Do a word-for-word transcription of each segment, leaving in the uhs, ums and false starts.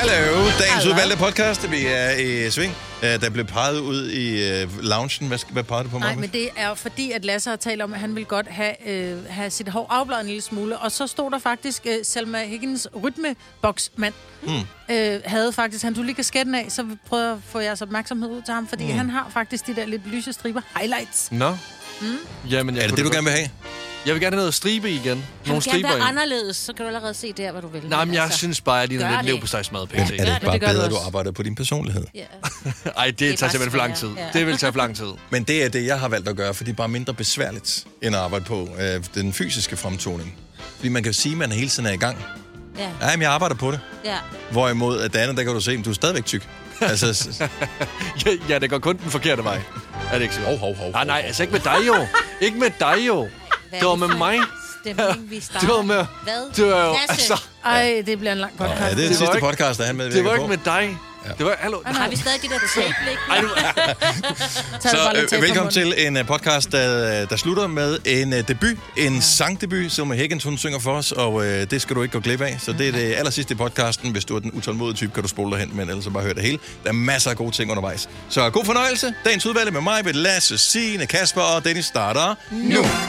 Hallo, dagens udvalgte podcast. Vi er i sving. Der blev peget ud i loungen. Hvad, hvad pegede du på, Nej, men det er fordi, at Lasse har talt om, at han vil godt have, øh, have sit hår afbladet en lille smule. Og så stod der faktisk, øh, Selma Higgins rytmeboksmand, mm. øh, havde faktisk, han tog lige kasketten af, så prøvede jeg at få jeres opmærksomhed ud til ham, fordi mm. han har faktisk de der lidt lyse striber. Highlights. Nå. Mm. Jamen, jeg er det det, du gerne vil have? Jeg vil gerne have noget stribe igen. Nogle Nogle striber striber være anderledes, så kan du allerede se der, hvad du vil. Nej, men jeg altså. synes bare, at det er lidt leverpostejsmad. Ja, er det ikke bare det bedre, at du arbejder på din personlighed? Ja. Ej, det, det tager simpelthen for lang tid. Ja. Det vil tage for lang tid. Men det er det, jeg har valgt at gøre, for det er bare mindre besværligt, end at arbejde på øh, den fysiske fremtoning. Fordi man kan sige, at man hele tiden er i gang. Ja. Ja, men jeg arbejder på det. Ja. Hvorimod at det andet, der kan du se, at du er stadigvæk tyk. Altså, ja, ja, det går kun den forkerte vej. Er det ikke så? Hov, hov, hov. Nej, nej, altså ikke med dig jo. Ikke med dig jo. Det var med mig. Stemning, vi starter. Det var med... Hvad? Det var jo... Altså... Ej, det bliver en lang podcast. Ja, det er den det sidste ikke, podcast, der han medvirker på. Det var ikke på. med dig. Ja. Det var... Hallo. Har vi stadig det der tape-blik? Ej, nu... Så øh, velkommen til en uh, podcast, der, der slutter med en uh, debut. En ja. sangdebut, som Higgins hun synger for os, og uh, det skal du ikke gå glip af. Så det er det aller sidste i podcasten. Hvis du er den utålmodige type, kan du spole dig hen, men ellers så bare hør det hele. Der er masser af gode ting undervejs. Så god fornøjelse. Dagens udvalg med mig, Lasse, Signe, Kasper og Dennis starter nu. nu.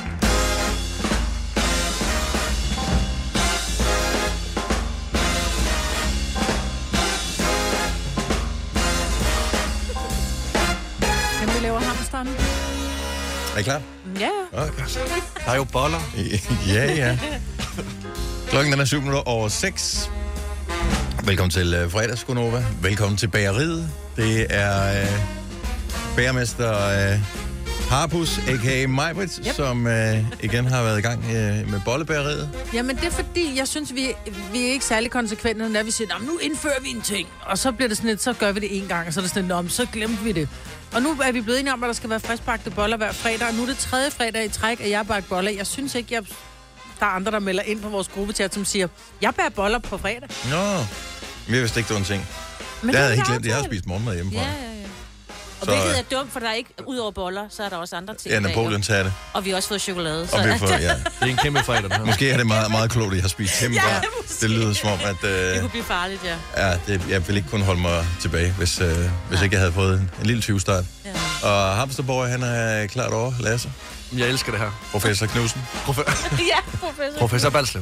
Er I klar? Ja. Okay. Der er jo boller. Ja, ja. Klokken den er syv minutter over seks. Velkommen til uh, fredagsgunova. Velkommen til bageriet. Det er uh, bagermester uh, Harpus, a k a. Majbrit, yep. som uh, igen har været i gang uh, med bollebageriet. Jamen, det er fordi, jeg synes, vi, vi er ikke særlig konsekvente, når vi siger, nu indfører vi en ting. Og så bliver det sådan lidt, så gør vi det en gang, og så er det sådan lidt, så glemte vi det. Og nu er vi blevet enige om, at der skal være friskbagte boller hver fredag, og nu er det tredje fredag i træk, at jeg bager boller. Jeg synes ikke, jeg... der er andre, der melder ind på vores gruppechat, som siger, jeg bager boller på fredag. Nå, men jeg vidste ikke, det var en ting. Men det havde jeg ikke glemt, jeg har spist morgenmad hjemmefra. Ja, ja, ja. Og så, hvilket er dumt, for der er ikke, ud over boller, så er der også andre ting. Ja, Napoleon tager det. Og vi har også fået chokolade. Så. Og vi har fået, ja. Det er en kæmpe fredag. Måske er det meget, meget klogt, at jeg har spist hjemmefra. Ja, det lyder som om, at... Øh, det kunne blive farligt, ja. Ja, det, jeg ville ikke kunne holde mig tilbage, hvis, øh, hvis ikke jeg havde fået en, en lille tyvestart. Ja. Og Hamsterborg, han er klart over, Lasse. Jeg elsker det her. Professor Knudsen. Profe- ja, professor. Professor Balslev.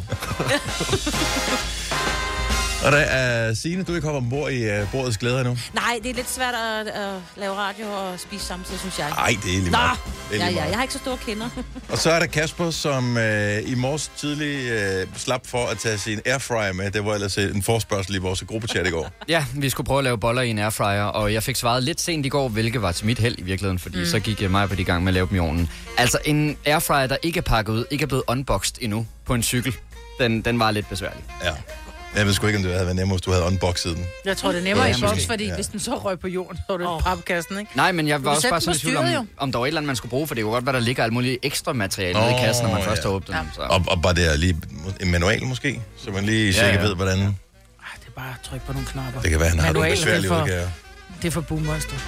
Og der er Signe, du er ikke kommet ombord i uh, bordets glæder nu. Nej, det er lidt svært at, at lave radio og spise samtidig, synes jeg. Nej, det er lige meget. Nå, det er lige ja, ja, meget. jeg har ikke så store kender. Og så er der Kasper, som uh, i morges tidlig uh, slap for at tage sin airfryer med. Det var ellers en forspørgsel i vores gruppechat i går. Ja, vi skulle prøve at lave boller i en airfryer, og jeg fik svaret lidt sent i går, hvilket var til mit held i virkeligheden, fordi mm. så gik jeg mig på de gang med at lave dem i ovnen. Altså en airfryer, der ikke er pakket ud, ikke er blevet unboxed endnu på en cykel, den, den var lidt besværlig. Ja. Jeg ved sgu ikke, om det havde været nemmere, hvis du havde unboxet den. Jeg tror, det er nemmere ja, i boks, fordi ja. hvis den så røg på jorden, så var det oh. papkassen, ikke? Nej, men jeg var også bare sådan i tvivl om, om der var et eller andet, man skulle bruge, for det kunne godt være, der ligger alt muligt ekstra materiale oh, i kassen, når man ja. først har åbnet ja. den. Så. Og, og bare det er lige en manual måske, så man lige sikkert ja, ja. ved, hvordan... Ej, det er bare at trykke på nogle knapper. Det kan være, han har nogle besværlige udgaver. Det er for boomers, du.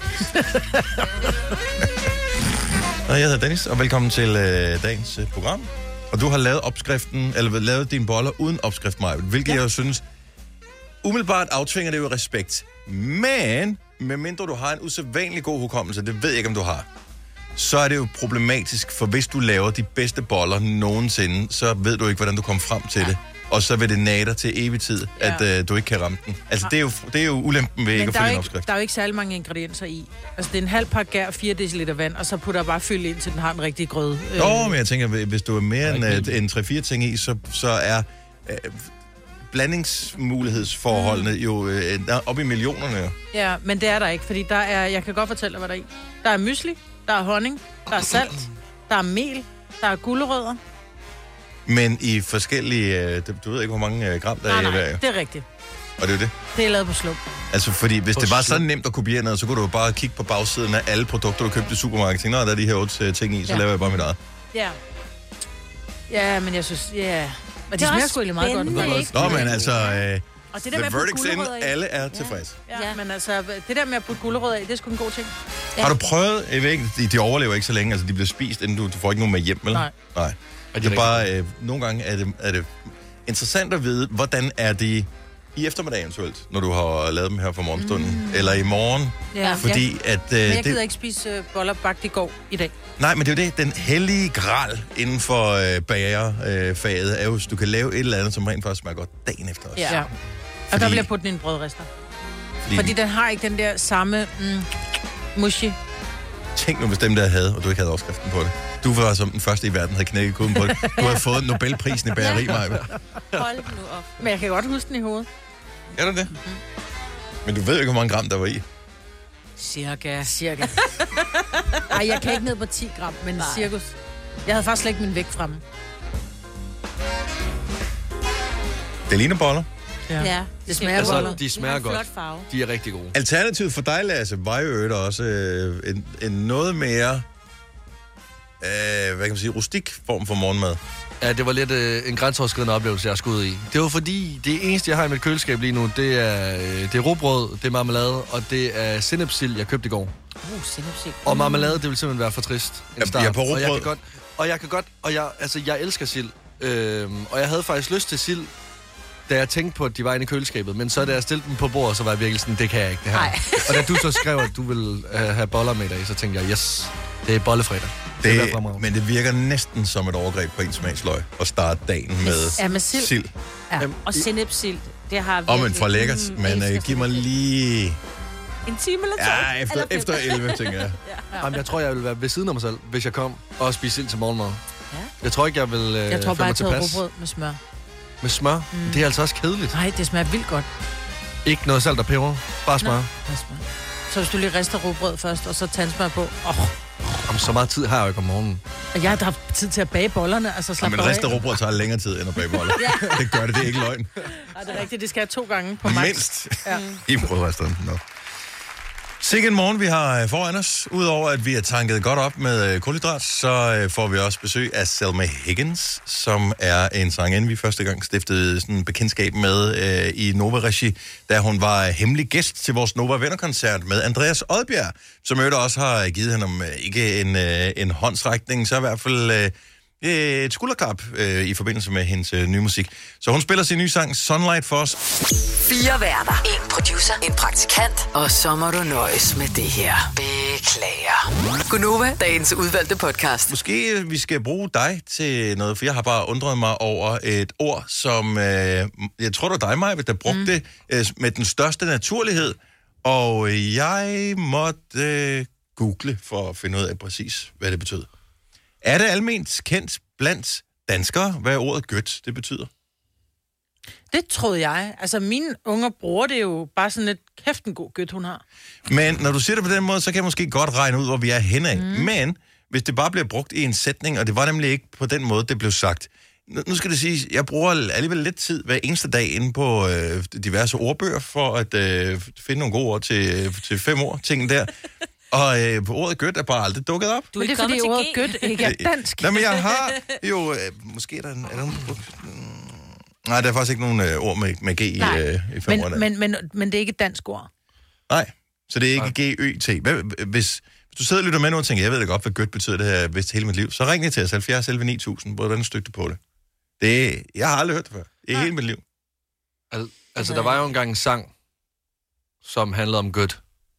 Jeg hedder Dennis, og velkommen til øh, dagens øh, program. Og du har lavet opskriften, eller lavet dine boller uden opskrift, Maja, hvilket ja. jeg synes, umiddelbart aftvinger det jo respekt. Men, medmindre du har en usædvanlig god hukommelse, det ved jeg ikke, om du har, så er det jo problematisk, for hvis du laver de bedste boller nogensinde, så ved du ikke, hvordan du kommer frem til ja. det. Og så vil det nage dig til evig tid, ja. at øh, du ikke kan ramme den. Altså, det er jo, det er jo ulempen ved ikke at følge en opskrift. Der er jo ikke særlig mange ingredienser i. Altså, det er en halv pakke gær, fire deciliter vand, og så putter jeg bare fyld ind, til den har en rigtig grøde. Nå, men jeg tænker, hvis du er mere end, end tre fire ting i, så, så er øh, blandingsmulighedsforholdene mm. jo øh, op i millionerne. Ja, men det er der ikke, fordi der er, jeg kan godt fortælle dig, hvad der er i. Der er mysli, der er honning, der er salt, der er mel, der er gulerødder. Men i forskellige... Du ved ikke, hvor mange gram der nej, er i hver. Nej, det er rigtigt. Og det er det? Det er lavet på slum. Altså, fordi hvis på det var så nemt at kopiere noget, så kunne du jo bare kigge på bagsiden af alle produkter, du købte i supermarkedet. Nå, der er de her otte ting i, så ja. laver jeg bare mit eget. Ja. Ja, men jeg synes... Ja. Men det smager sgu egentlig meget godt. Nå, men altså... Øh, og det der the verdict's in, alle er tilfredse. Ja. Ja, men altså, det der med at putte gulerødder i, det er sgu en god ting. Ja. Har du prøvet... Jeg ved ikke, de, de overlever ikke så længe, altså de bliver spist, inden du, du får ikke nogen med hjem, eller? Nej. Nej. Det er bare... Øh, nogle gange er det, er det interessant at vide, hvordan er de i eftermiddag eventuelt, når du har lavet dem her for morgenstunden. Mm. Eller i morgen. Ja. Fordi at... Uh, men jeg gider det... ikke spise øh, boller bagt i går i dag. Nej, men det er jo det. Den hellige gral inden for øh, bagerfaget øh, er jo, hvis du kan lave et eller andet, som rent faktisk smager godt dagen efter os. Ja. ja. Og Fordi... der vil jeg putte den i en brødrester. Fordi, Fordi den har ikke den der samme mm, mushi. Tænk nu, hvis dem der havde, og du ikke havde opskriften på det. Du var som den første i verden, havde knækket koden på det. Du havde fået Nobelprisen i bageri, Maja. Hold nu op. Men jeg kan godt huske den i hovedet. Er du det? Mm-hmm. Men du ved jo ikke, hvor mange gram der var i. Cirka. Cirka. Ej, jeg kan ikke ned på ti gram, men Nej. cirkus. Jeg havde faktisk slet ikke min vægt fremme. Det ligner boller. Ja, ja det smager altså, boller. De smager godt. Flot farve. De er rigtig gode. Alternativet for dig, Lasse, var jo også øh, en, en noget mere, øh, hvad kan man sige, rustik form for morgenmad. Ja, det var lidt øh, en grænseoverskridende oplevelse, jeg skulle ud i. Det var fordi, det eneste, jeg har i mit køleskab lige nu, det er, øh, det er rugbrød, det er marmelade, og det er sennepsild, jeg købte i går. Uh, sennepsild. Og marmelade, det vil simpelthen være for trist. En start. Jeg er på rugbrød. Og jeg kan godt, og jeg kan godt, og jeg, altså, jeg elsker sild. Øhm, og jeg havde faktisk lyst til sild, da jeg tænkte på, at de var inde i køleskabet. Men så da jeg stillede dem på bordet, så var jeg virkelig sådan, det kan jeg ikke, det her. Og da du så skrev, at du ville uh, have boller med i dag, så tænkte jeg, yes, det er bollefredag. Det, det men det virker næsten som et overgreb på en smagsløg at starte dagen med, ja, med sild. sild. Ja. Og sennepsild, det har virkelig... Og men for lækkert, mm, men uh, giv mig lige... En time eller to? Ja, efter, eller efter elleve, tænker jeg. ja. Jamen, jeg tror, jeg ville være ved siden af mig selv, hvis jeg kom og spise sild til morgenmad. Ja. Jeg tror ikke, jeg vil uh, Jeg tror bare, jeg tager rugbrød med smør. Med smør? Mm. Det er altså også kedeligt. Nej, det smager vildt godt. Ikke noget salt og peber, bare smør. Nå, bare smør. Så hvis du lige rister rugbrød først, og så tandsmør på. Oh. Jamen, så meget tid har jeg jo ikke om morgenen. Og jeg har haft tid til at bage bollerne, altså slap ja, men rister rugbrød tager længere tid end at bage boller. ja. Det gør det, det er ikke løgn. Nej, det er rigtigt. Det skal jeg to gange på max. Mindst. Ja. I brødresteren. Nå. Sikke en morgen, vi har foran os. Udover at vi er tanket godt op med kulhydrat, så får vi også besøg af Selma Higgins, som er en sangerinde, vi første gang stiftede sådan en bekendtskab med øh, i Nova-regi, da hun var hemmelig gæst til vores Nova-vennerkoncert med Andreas Odbjerg, som jo også har givet hende om ikke en, øh, en håndsrækning, så i hvert fald... Øh, et skulderklap øh, i forbindelse med hendes øh, nye musik. Så hun spiller sin nye sang Sunlight for os. Fire værter, en producer, en praktikant, og så må du nøjes med det her. Beklager. Gunova, dagens udvalgte podcast. Måske vi skal bruge dig til noget, for jeg har bare undret mig over et ord, som øh, jeg tror, det var dig, Maja, der brugte mm. det øh, med den største naturlighed. Og jeg måtte øh, google for at finde ud af præcis, hvad det betød. Er det alment kendt blandt danskere, hvad ordet gødt det betyder? Det troede jeg. Altså, mine unger bruger det jo bare sådan et kæft en god gødt, hun har. Men når du siger det på den måde, så kan jeg måske godt regne ud, hvor vi er henad. Mm. Men hvis det bare bliver brugt i en sætning, og det var nemlig ikke på den måde, det blev sagt. Nu skal det sige, jeg bruger alligevel lidt tid hver eneste dag inde på øh, diverse ordbøger, for at øh, finde nogle gode ord til, til fem år, ting der. Og øh, ordet gødt er bare aldrig dukket op. Du er det, fordi ordet gødt ikke er dansk. Nej, men jeg har jo... Øh, måske er der en... Er der en nej, der er faktisk ikke nogen øh, ord med, med G i, øh, i fem men, år. Men, men, men det er ikke et dansk ord. Nej, så det er ikke G Ø T. Hvis, hvis du sidder og lytter med nu og tænker, jeg ved da godt, hvad gødt betyder det her vist hele mit liv, så ring lige til os, halvfjerds elleve ni tusind, hvordan støtter du på det? Det jeg har aldrig hørt det før. Det er hele mit liv. Al, altså, der var jo engang en sang, som handlede om gødt.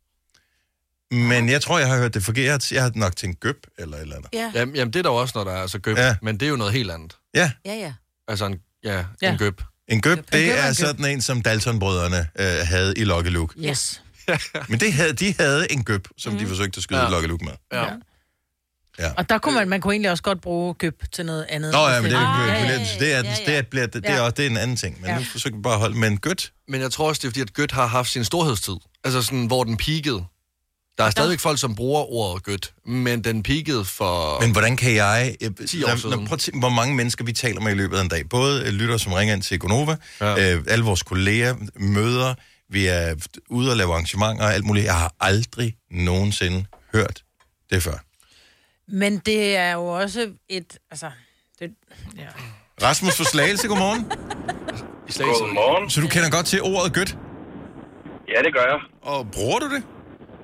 Men jeg tror, jeg har hørt det forkert. Jeg har nok tænkt gøb eller et eller andet. Ja. Jamen, jamen, det er der også, når der er altså gøb. Ja. Men det er jo noget helt andet. Ja. Ja, ja. Altså en, ja, ja. en gøb. En gøb, det en gøb er, er en sådan en, som Dalton-brødrene øh, havde i Lucky Luke. Yes. Men det havde, de havde en gøb, som mm. de forsøgte at skyde ja. Lucky Luke med. Ja. Ja. Og der kunne man, man kunne egentlig også godt bruge gøb til noget andet. Nå ja, men det, ah, det, det, det, er, det, er, det, er, det, er også, det er en anden ting. Men ja. nu forsøger vi bare at holde med en gødt. Men jeg tror også, det er fordi, at gødt har haft sin storhedstid. Altså sådan, hvor den peakede. Der er stadigvæk folk, som bruger ordet gødt, men den peakede for... Men hvordan kan jeg... ti år siden. Prøv at tænke, hvor mange mennesker vi taler med i løbet af en dag. Både lytter, som ringer ind til Gonova, ja. øh, alle vores kolleger, møder, vi er ude og lave arrangementer og alt muligt. Jeg har aldrig nogensinde hørt det før. Men det er jo også et... Altså, det, ja. Rasmus for Slagelse, godmorgen. I Slagelse. Godmorgen. Så du kender godt til ordet gødt? Ja, det gør jeg. Og bruger du det?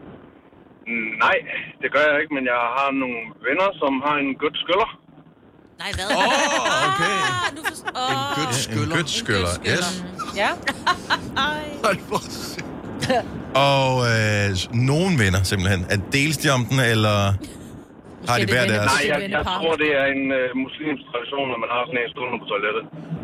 Nej, det gør jeg ikke, men jeg har nogle venner, som har en gødt skyller. Nej, hvad? Åh, oh, okay. Ah, nu for... oh. En gødt skyller. En gødt skyller, yes. Ja. Hold for sygt. Og øh, nogen venner simpelthen. Er deles de om den, eller har de det hver venner- deres? Nej, jeg, jeg vennepar. tror, det er en øh, muslimsk tradition, når man har sådan en stående på toilettet.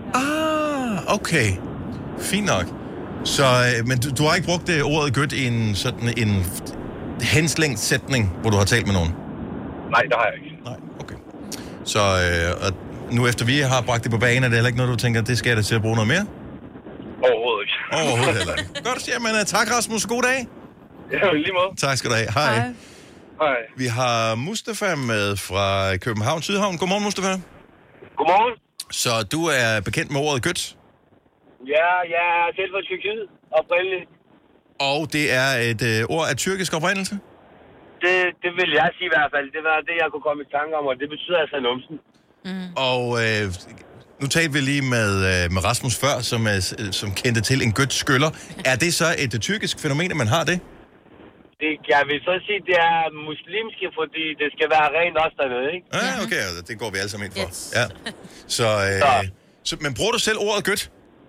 Ah, okay. Fint nok. Så, øh, men du, du har ikke brugt det ordet gødt i en sådan en henslængt sætning, hvor du har talt med nogen? Nej, det har jeg ikke. Nej, okay. Så øh, og nu efter vi har bragt det på banen, er det heller ikke noget, du tænker, det skal jeg da til at bruge noget mere? Overhovedet ikke. Overhovedet heller ikke. Godt, jamen, uh, tak Rasmus, god dag. Ja, i lige måde. Tak skal du have. Hej. Hej. Hej. Vi har Mustafa med fra København Sydhavn. Godmorgen, Mustafa. Godmorgen. Så du er bekendt med ordet gødt, Ja, jeg er selv fra Tyrkiet oprindeligt. og det er et øh, ord af tyrkisk oprindelse. Det, det vil jeg sige i hvert fald. Det var det, jeg kunne komme i tanke om, og det betyder altså numsen. Mm. Og øh, nu talte vi lige med, øh, med Rasmus før, som, er, som kendte til en gødt skyller. Er det så et tyrkisk fænomen, at man har det? Det, jeg vil så sige, det er muslimske, fordi det skal være rent også dernede, ikke? Ja, okay, altså, det går vi alle sammen ind for. Yes. Ja. Så, øh, så, men bruger du selv ordet gødt?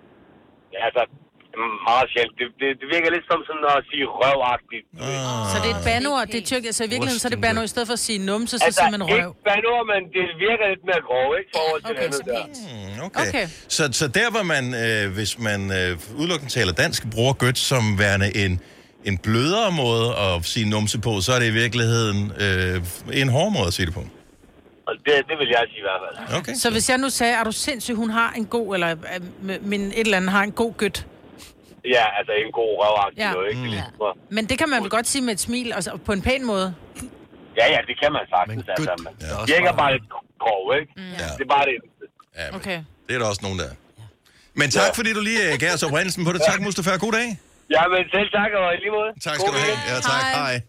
Ja, altså, meget sjældent. Det, det, det virker lidt som sådan at sige røvagtigt. Ah. Så det er et bandord, det er tyrkisk. Så i virkeligheden, så er det bandord, i stedet for at sige numse, så Altså, siger man røv. ikke bandord, men det virker lidt mere grov, ikke? Forhold til Okay, andet så der. pænt. Mm, okay. Okay. Så, så der, hvor man, øh, hvis man øh, udelukkende taler dansk, bruger gødt som værende en, en blødere måde at sige numse på, så er det i virkeligheden øh, en hård måde at sige det på. Og det, det vil jeg sige i hvert fald. Okay. Så hvis jeg nu sagde, er du sindssyg, hun har en god, eller øh, min et eller andet har en god gødt. Ja, altså en god røvagtig Ja. noget, ikke? Det er ligesom, Men det kan man vel godt sige med et smil, altså på en pæn måde. ja, ja, det kan man sagtens. Men Altså, gud, man det er også virker bare- bare lidt grov, ikke? Ja. Det er bare det. Ja, men Okay. det er der også nogen, der er. Men tak, fordi du lige øh, gav os oprindelsen på det. Tak, Mustafa. God dag. Ja, men selv tak, og i lige måde. Tak skal du have. Ja, tak. Hej. Hej.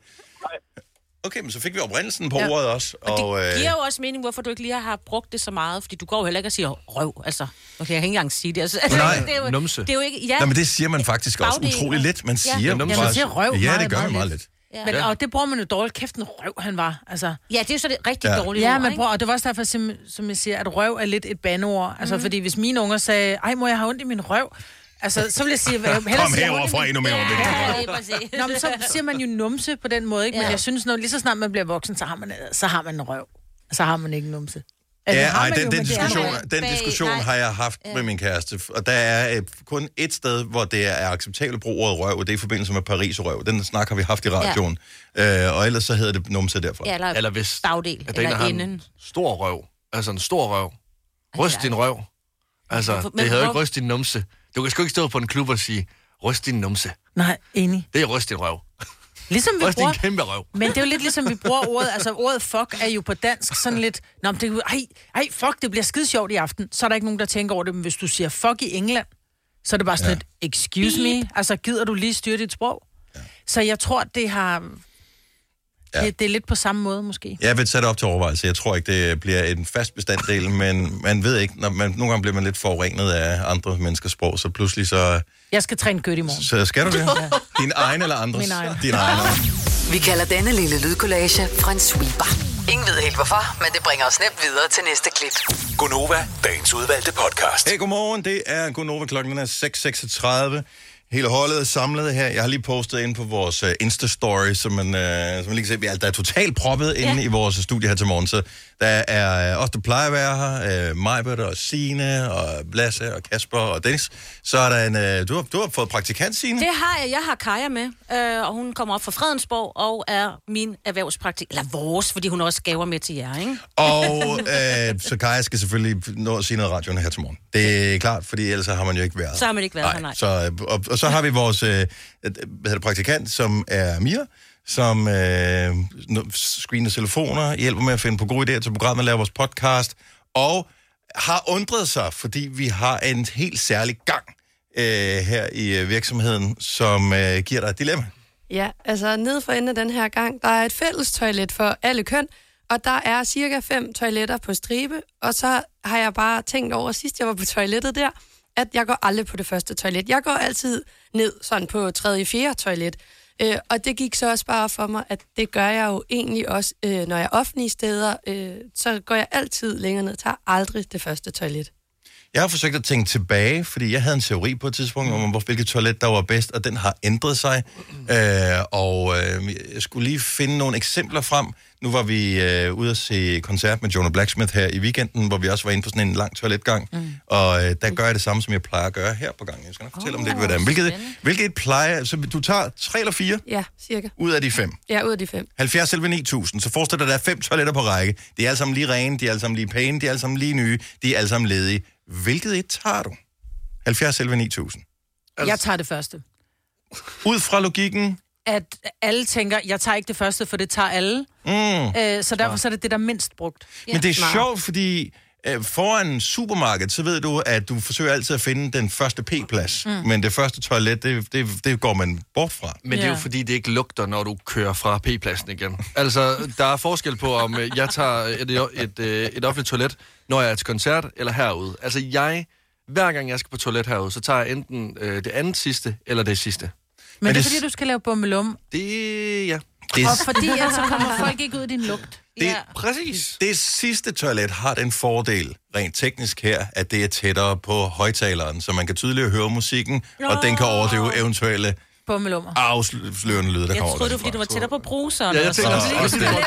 Okay, men så fik vi oprindelsen på Ja. ordet også. Og Og, det øh, giver jo også mening, hvorfor du ikke lige har brugt det så meget. Fordi du går jo heller ikke og siger røv. Altså, okay, jeg kan ikke engang sige det. Altså, altså, Nej, det er jo, numse. Det er jo ikke... Ja, nej, men det siger man faktisk også Bagdel. utrolig lidt. Man siger Ja. ja, numse. Ja, man siger røv Ja, meget, det gør man meget meget lidt. lidt. ja. Men, Ja. og det bruger man jo dårligt. Kæft en røv, han var. Altså. ja, det er jo så det rigtig Ja. dårlige Ja, ord, man ikke? bruger, og det var også derfor, som, som jeg siger, at røv er lidt et bandeord. Altså, fordi hvis mine unger sagde, ej, må jeg have ondt i min røv? Altså, så vil jeg sige, hellere Kom sige, jeg har herover ondt i fra min- endnu mere om det. Ja, lige præcis. Nå, men så siger man jo numse på den måde, ikke? Men Ja. jeg synes, når lige så snart man bliver voksen, så har man, så har man en røv. Så har man ikke en numse. Altså, Ja, det har ej, man den, jo, den, men det er diskussion, noget. den Bag- diskussion nej. har jeg haft med min kæreste, og der er øh, kun et sted, hvor det er acceptabelt at bruge ordet røv, og det er i forbindelse med Paris-røv. Den snak har vi haft i radioen, ja. øh, og ellers så hedder det numse derfra. Ja, eller, Eller hvis bagdel, at der er en, der eller har enden. en stor røv. Altså en stor røv. Ryst din røv. Altså, Hvorfor- det men hedder jo hvor- ikke ryst din numse. Du kan sgu ikke stå på en klub og sige, ryst din numse. Nej, enig. Det er ryst din røv. Ligesom vi Ryst din bruger... kæmpe røv. Men det er jo lidt ligesom, vi bruger ordet, altså ordet fuck er jo på dansk sådan lidt, nå, men det, er jo- ej, ej, fuck, det bliver skide sjovt i aften. Så er der ikke nogen, der tænker over det, men hvis du siger fuck i England, så er det bare sådan Ja. lidt, excuse me, altså gider du lige styre dit sprog? Ja. Så jeg tror, det har, Ja. det, det er lidt på samme måde måske. Jeg vil sætte det op til overvejelse. Jeg tror ikke, det bliver en fast bestanddel, men man ved ikke, når man, nogle gange bliver man lidt forurenet af andre menneskers sprog, så pludselig så, Jeg skal træne gødt i morgen. så skal du det. Din egen eller andres? Min egen. Din egen. Vi kalder denne lille lydkollage en sweeper. Ingen ved helt hvorfor, men det bringer os nemt videre til næste klip. Gonova, dagens udvalgte podcast. Hey, godmorgen. Det er Gonova, klokken er seks seksogtredive. Hele holdet er samlet her. Jeg har lige postet ind på vores uh, Insta-story, som man, uh, som man lige kan se. Vi er, der er totalt proppet inde ja. i vores studie her til morgen. Så der er uh, os, der plejer at være her. Uh, Majbert og Signe og Lasse og Kasper og Dennis. Så er der en... Uh, du, har, du har fået praktikant, Signe. Det har jeg. Jeg har Kaja med, øh, og hun kommer op fra Fredensborg og er min erhvervspraktik. Eller vores, fordi hun også gaver med til jer, ikke? Og uh, så Kaja skal selvfølgelig nå at sige noget i radioen her til morgen. Det er klart, fordi ellers har man jo ikke været. Så har man ikke været her, nej. Så, og, og så har vi vores øh, hvad hedder det, praktikant, som er Mia, som øh, screener telefoner, hjælper med at finde på gode idéer til programmet, laver vores podcast, og har undret sig, fordi vi har en helt særlig gang øh, her i øh, virksomheden, som øh, giver dig et dilemma. Ja, altså nede for enden af den her gang, der er et fælles toilet for alle køn, og der er cirka fem toiletter på stribe, og så har jeg bare tænkt over, sidst jeg var på toilettet der, at jeg går aldrig på det første toilet. Jeg går altid ned sådan på tredje, fjerde toilet. Øh, og det gik så også bare for mig, at det gør jeg jo egentlig også, øh, når jeg er offentlige steder. Øh, så går jeg altid længere ned, tager aldrig det første toilet. Jeg har forsøgt at tænke tilbage, fordi jeg havde en teori på et tidspunkt om, hvor, hvilket toilet der var bedst, og den har ændret sig. Øh, og øh, jeg skulle lige finde nogle eksempler frem. Nu var vi øh, ude at se koncert med Jonah Blacksmith her i weekenden, hvor vi også var inde på sådan en lang toiletgang. Mm. Og øh, der gør jeg det samme, som jeg plejer at gøre her på gangen. Jeg skal nok fortælle oh, om lidt, hvad det er. Hvilket, hvilket plejer... Så du tager tre eller fire? Ja, cirka. Ud af de fem? Ja, ud af de fem. halvfjerds eller ni tusind. Så forestil dig, at der er fem toiletter på række. De er alle sammen lige rene, de er alle sammen lige pæne, de er alle sammen lige nye, de er alle sammen ledige. Hvilket et tager du? halvfjerds eller ni tusind. Altså... Jeg tager det første. Ud fra logikken... At alle tænker, jeg tager ikke det første, for det tager alle. Mm. Øh, så derfor så er det det, der er mindst brugt. Men det er ja. sjovt, fordi øh, foran supermarked, så ved du, at du forsøger altid at finde den første P-plads. Mm. Men det første toilet, det, det, det går man bort fra. Men det er jo fordi, det ikke lugter, når du kører fra P-pladsen igen. Altså, der er forskel på, om jeg tager et, et, et, et offentligt toilet, når jeg er til koncert, eller herude. Altså, jeg, hver gang jeg skal på toilet herude, så tager jeg enten øh, det andet sidste, eller det sidste. Men, Men det er fordi, du skal lave bummelum. Det, ja. Det... Og fordi, at så kommer folk ikke ud i din lugt. Det, ja. Præcis. Det sidste toilet har den fordel, rent teknisk her, at det er tættere på højtaleren, så man kan tydeligt høre musikken, oh. og den kan overdøve eventuelle bummelummer. Afslørende lyde, der jeg kommer Jeg troede, det var, fordi du var tættere på bruseren. Ja, jeg tænkte også, også, det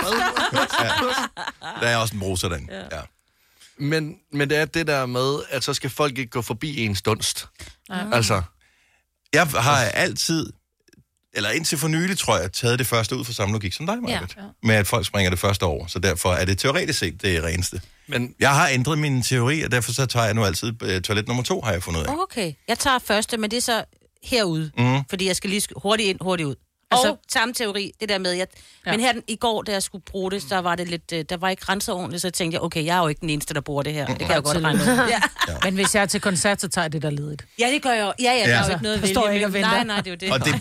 ja. Der er også en bruser, den. Ja. Ja. Men, men det er det der med, at så skal folk ikke gå forbi en dunst. Ja. Altså... Jeg har altid, eller indtil for nylig, tror jeg, taget det første ud for samme logik som dig, Marvitt. Ja, ja. Med at folk springer det første over, så derfor er det teoretisk set det reneste. Men jeg har ændret min teori, og derfor så tager jeg nu altid uh, toilet nummer to, har jeg fundet ud af. Okay, jeg tager første, men det er så herude, mm. fordi jeg skal lige hurtigt ind, hurtigt ud. Altså, og samme teori, det der med, jeg, ja. men her den, i går, da jeg skulle bruge det, der var det lidt, der var ikke renset ordentligt, så tænkte jeg, okay, jeg er jo ikke den eneste, der bruger det her. Det kan jeg jo godt regne ud. Ja. Ja. Men hvis jeg er til koncert, så tager jeg det, der ledigt. Ja, det gør jeg jo. Ja, ja, der ja. er jo ikke noget at vælge. Ikke at vente. Nej, nej, det er jo det. Og det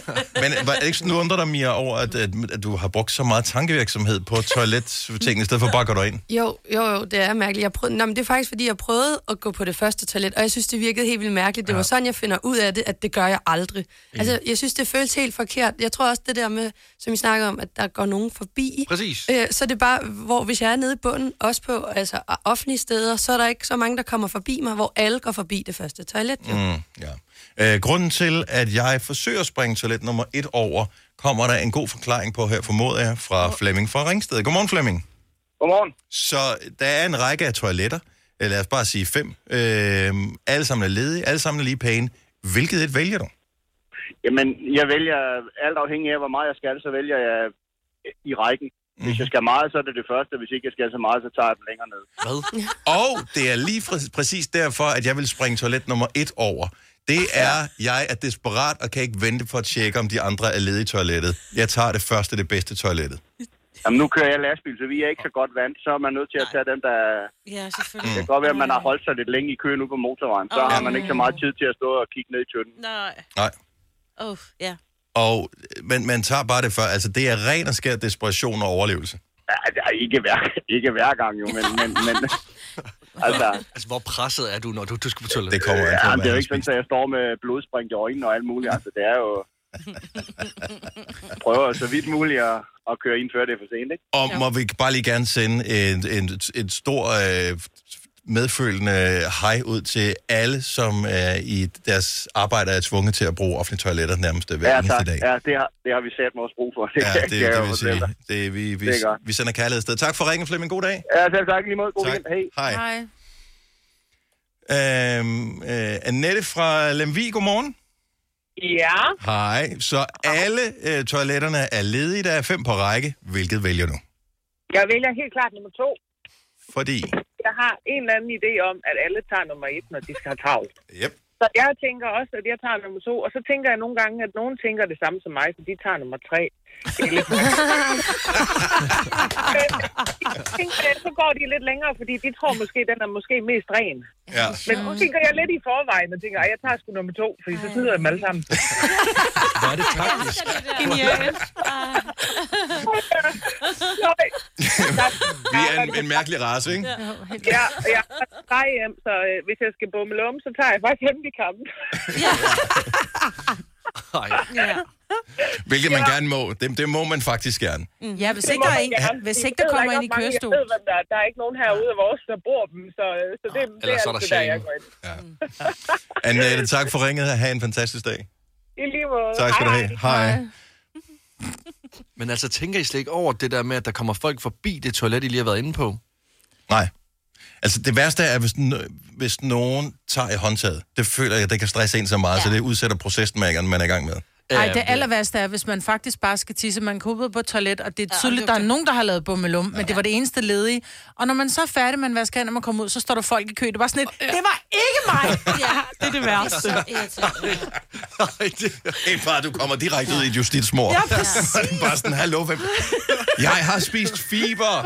men er det ikke sådan, nu undrer dig mere over, at, at, at du har brugt så meget tankevirksomhed på toiletting, i stedet for bare at gå derind? Jo, jo, jo, det er mærkeligt. Jeg prøvede, nå, men det er faktisk, fordi jeg prøvede at gå på det første toilet, og jeg synes, det virkede helt vildt mærkeligt. Det ja. var sådan, jeg finder ud af det, at det gør jeg aldrig. Altså, jeg synes, det føles helt forkert. Jeg tror også, det der med, som I snakker om, at der går nogen forbi. Præcis. Øh, så det er bare, hvor hvis jeg er nede i bunden, også på altså, offentlige steder, så er der ikke så mange, der kommer forbi mig, hvor alle går forbi det første toilet. Jo. Mm, ja. øh, grunden til, at jeg forsøger at springe toilet nummer et over, kommer der en god forklaring på her, formoder jeg, fra oh. Flemming fra Ringsted. Godmorgen, Flemming. Godmorgen. Så der er en række af toiletter, lad os bare sige fem. Øh, alle sammen er ledige, alle sammen er lige pæne. Hvilket et vælger du? Jamen, jeg vælger, alt afhængig af, hvor meget jeg skal, så vælger jeg i rækken. Hvis jeg skal meget, så er det det første. Hvis ikke jeg skal så meget, så tager jeg den længere ned. Hvad? Og det er lige præcis derfor, at jeg vil springe toilet nummer et over. Det er, jeg er desperat og kan ikke vente på at tjekke, om de andre er ledige i toilettet. Jeg tager det første, det bedste toilettet. Jamen, nu kører jeg lastbil, så vi er ikke så godt vant. Så er man nødt til at tage den, der... Ja, selvfølgelig. Det kan godt være, at man har holdt sig lidt længe i køen ude på motorvejen. Så har man ikke så meget tid til at stå og kigge ned i tønden. Nej. Nej. Oh, ja. Og men man tager bare det for, altså det er ren og skær desperation og overlevelse. Ja, det er ikke hver, ikke hver gang jo, men... men, men altså, altså, hvor presset er du, når du, du skal på toilettet? Det kommer ja, det er jo ikke sådan, at jeg står med blodspring i øjnene og alt muligt. Altså, det er jo... prøver så vidt muligt at, at køre ind, før det er for sent, ikke? Og må vi bare lige gerne sende en, en, en stor... Øh, medfølende hej ud til alle, som er i deres arbejde er tvunget til at bruge offentlige toiletter nærmest hver ja, eneste dag. Ja, det har, det har vi sat vores brug for. Det, ja, det, det, det vil sige. Det, vi, vi, det vi sender kærlighed afsted. Tak for ringen, Flemming. God dag. Ja, selv tak. Lige måde. God weekend. Hej. Hej. Hej. Øhm, øh, Annette fra Lemvig, godmorgen. Ja. Hej. Så alle øh, toiletterne er ledige. Der er fem på række. Hvilket vælger du? Jeg vælger helt klart nummer to. Fordi? Jeg har en eller anden idé om, at alle tager nummer et, når de skal have travlt. Yep. Så jeg tænker også, at jeg tager nummer to, og så tænker jeg nogle gange, at nogen tænker det samme som mig, så de tager nummer tre. Så går de lidt længere, fordi de tror måske, den er måske mest ren. Ja. Men nu tænker jeg lidt i forvejen, og tænker, at jeg tager sgu nummer to, fordi så sidder dem alle sammen. Hvor er det taktisk? Genialt. Vi er en, en mærkelig race, ikke? Ja, og jeg har tre hjem, så øh, hvis jeg skal bumme om, så tager jeg faktisk hjem i kampen. Ja. Hvilket man gerne må. Det, det må man faktisk gerne. Mm. Ja, hvis ikke der, er en, hvis ikke der kommer ind i kørestol. Jeg ved, der, der er ikke nogen herude af vores, der bor dem, så, så det, det er så er altid der der, jeg shame. går ind. Ja. Annette, tak for ringet. Ha' en fantastisk dag. I lige måde. Tak skal du have. Hej. Hej. Men altså, tænker I slet ikke over det der med, at der kommer folk forbi det toilet, I lige har været inde på? Nej. Altså, det værste er, hvis, hvis nogen tager i håndtaget. Det føler jeg, det kan stresse en så meget, ja. Så det udsætter procesmærkerne, man er i gang med. Nej, det aller værste er, hvis man faktisk bare skal tisse. Man kommer ud på et toilet, og det er tydeligt, der er nogen, der har lavet bummelum, men det var det eneste ledige. Og når man så er færdig med en vaskehand, når man kommer ud, så står der folk i kø. Det var sådan et, det var ikke mig! Ja, det er det værste. Helt bare, du kommer direkte ud i et justitsmord. Ja, præcis. Bare sådan, hallo, hvem? Jeg har spist fiber.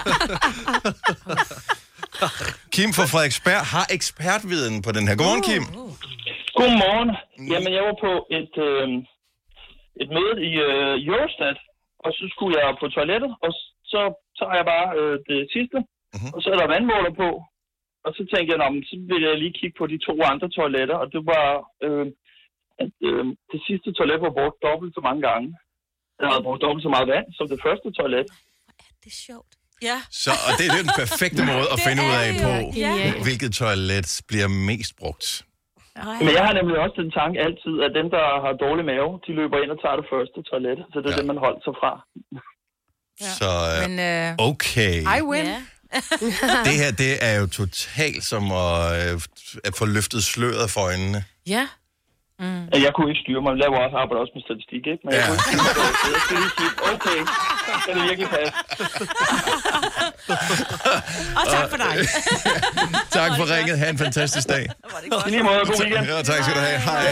Kim fra Frederiksberg har ekspertviden på den her. Godmorgen, Kim. Godmorgen. Jamen, jeg var på et, øh, et møde i øh, Eurostat, og så skulle jeg på toilettet, og så tager jeg bare øh, det sidste, uh-huh. og så er der vandmåler på, og så tænkte jeg, så vil jeg lige kigge på de to andre toiletter, og det var, øh, at øh, det sidste toilet var brugt dobbelt så mange gange. Der havde brugt dobbelt så meget vand som det første toilet. Det er sjovt. Ja. Så, og det, det er den perfekte måde at finde ud af på, ja. Hvilket toilet bliver mest brugt. Ej. Men jeg har nemlig også den tanke altid, at dem, der har dårlig mave, de løber ind og tager det første toilet. Så det er ja. Det, man holder sig fra. Ja. Så Men, uh, okay. I win. Yeah. Det her, det er jo totalt som at, at få løftet sløret for øjnene. Ja. Mm. Jeg kunne ikke styre mig. Jeg laver også arbejde også med statistik, ikke? Men jeg ja. Kunne ikke styre mig. Jeg skal lige sige, okay, det er virkelig passe. Og tak for dig. Tak for ringet. Ha' en fantastisk dag. I lige måde, god weekend. Ja, tak skal du have. Hej.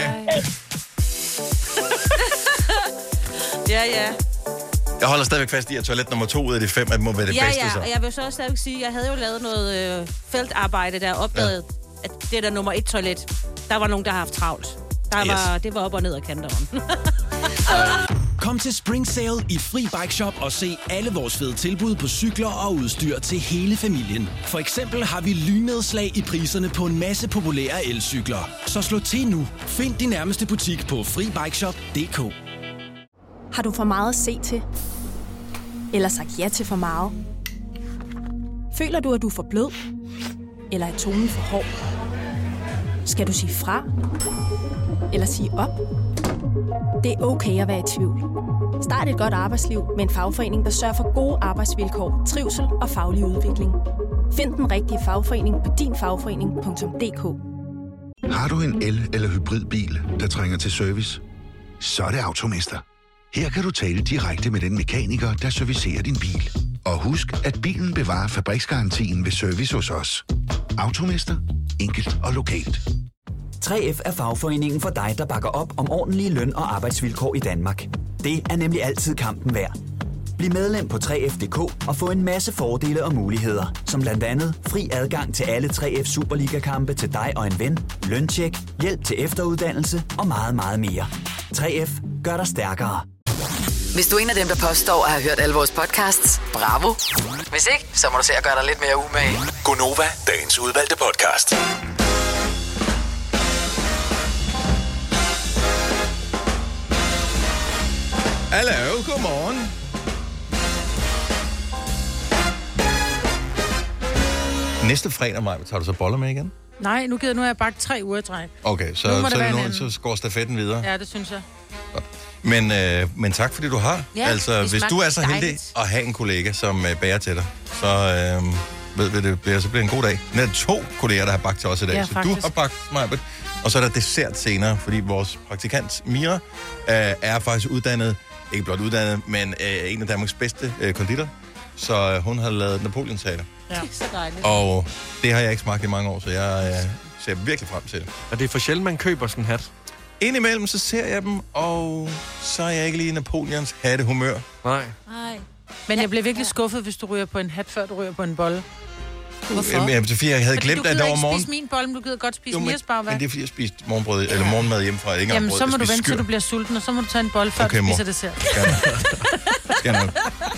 Ja, ja. Jeg holder stadigvæk fast i, at toilet nummer to ud af de fem, at må være det ja, bedste. Ja, så. Ja, jeg vil så også stadigvæk sige, at jeg havde jo lavet noget øh, feltarbejde, der opdagede, ja. At det der nummer et toilet, der var nogen, der har haft travlt. Der yes. var, det var op og ned af kanteren. Kom til Spring Sale i Fri Bike Shop og se alle vores fede tilbud på cykler og udstyr til hele familien. For eksempel har vi lynnedslag i priserne på en masse populære elcykler. Så slå til nu. Find din nærmeste butik på fri bike shop punktum d k. Har du for meget at se til? Eller sagt ja til for meget? Føler du, at du er for blød? Eller er tonen for hård? Skal du sige fra? Eller sige op? Det er okay at være i tvivl. Start et godt arbejdsliv med en fagforening, der sørger for gode arbejdsvilkår, trivsel og faglig udvikling. Find den rigtige fagforening på din fagforening punktum d k. Har du en el- eller hybridbil, der trænger til service? Så er det Automester. Her kan du tale direkte med den mekaniker, der servicerer din bil. Og husk, at bilen bevarer fabriksgarantien ved service hos os. Automester. Enkelt og lokalt. tre F er fagforeningen for dig, der bakker op om ordentlige løn- og arbejdsvilkår i Danmark. Det er nemlig altid kampen værd. Bliv medlem på tre F punktum d k og få en masse fordele og muligheder, som blandt andet fri adgang til alle tre F Superliga-kampe til dig og en ven, løntjek, hjælp til efteruddannelse og meget, meget mere. tre F gør dig stærkere. Hvis du er en af dem, der påstår at have hørt alle vores podcasts, bravo. Hvis ikke, så må du se at gøre dig lidt mere umage. Gonova, dagens udvalgte podcast. Hallo, godmorgen. Næste fredag, Maja, tager du så boller med igen? Nej, nu gider nu har jeg bagt tre uger i træk. Okay, så, nu så, nu, så går stafetten videre. Ja, det synes jeg. Godt. Men, øh, men tak, fordi du har. Ja, altså, hvis du er så heldig dejligt. At have en kollega, som øh, bærer til dig, så øh, ved vi, det bliver, så bliver det en god dag. Nu er to kolleger, der har bagt til os i dag. Ja, så faktisk. du har bagt, Majbert, og så er der dessert senere, fordi vores praktikant Mira øh, er faktisk uddannet, ikke blot uddannet, men øh, en af Danmarks bedste øh, konditor. Så øh, hun har lavet Napoleonsager. Ja. Det er så dejligt. Og det har jeg ikke smagt i mange år, så jeg øh, ser virkelig frem til det. Og det er for sjældent, man køber sådan en hat. Indimellem så ser jeg dem, og så er jeg ikke lige Napoleons hattehumør. Nej. Nej. Men jeg blev virkelig skuffet, hvis du ryger på en hat, før du ryger på en bolle. Hvorfor? Jamen, jeg, jeg havde fordi glemt, at der var morgen... du gider ikke spise min bolle, men du gider godt spise Mias bagværk. Men det er, fordi jeg spiste morgenbrød, eller morgenmad hjemmefra. Ikke Jamen, brød, så må du vente, skyr. til du bliver sulten, og så må du tage en bolle, før okay, du mor. spiser dessert. Skal nok.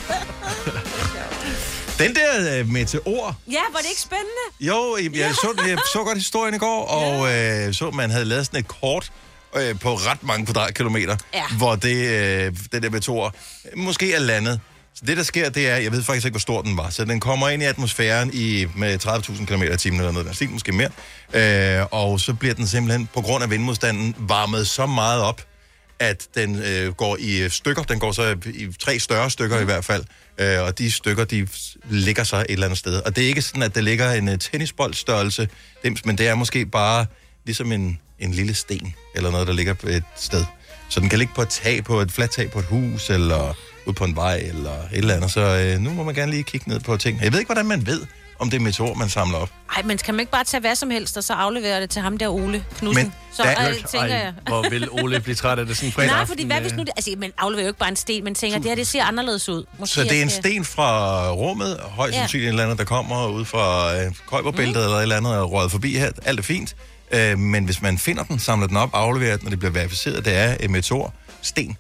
Den der uh, meteor... Ja, var det ikke spændende? Jo, jeg, jeg, så, jeg så godt historien i går, og øh, så man havde lavet sådan et kort øh, på ret mange kvadratkilometer, ja. hvor det, øh, det der meteor måske er landet. Så det, der sker, det er, jeg ved faktisk ikke, hvor stor den var, så den kommer ind i atmosfæren i, med tredive tusind kilometer i timen eller noget, der stil, måske mere, øh, og så bliver den simpelthen, på grund af vindmodstanden, varmet så meget op, at den øh, går i stykker. Den går så i tre større stykker mm. i hvert fald, øh, og de stykker, de ligger så et eller andet sted. Og det er ikke sådan, at der ligger en uh, tennisboldstørrelse, men det er måske bare ligesom en, en lille sten, eller noget, der ligger på et sted. Så den kan ligge på et tag, på et fladt tag på et hus, eller ud på en vej, eller et eller andet. Så øh, nu må man gerne lige kigge ned på ting. Jeg ved ikke, hvordan man ved, om det er meteor, man samler op. Ej, men kan man ikke bare tage hvad som helst, og så aflevere det til ham der Ole Knudsen? Men så der, øh, tænker ej, jeg... hvor vil Ole blive træt af det sådan en fredag Nej, aften? fordi hvad hvis nu... Det, altså, man afleverer jo ikke bare en sten, men tænker, det her, det ser anderledes ud. Måske så det er en skal... sten fra rummet, højst Ja. sandsynligt en eller andet, der kommer ud fra øh, Kuiperbæltet mm. eller et eller andet, og røget forbi her. Alt er fint. Øh, men hvis man finder den, samler den op, afleverer den, når det bliver verificeret, det er en meteorsten,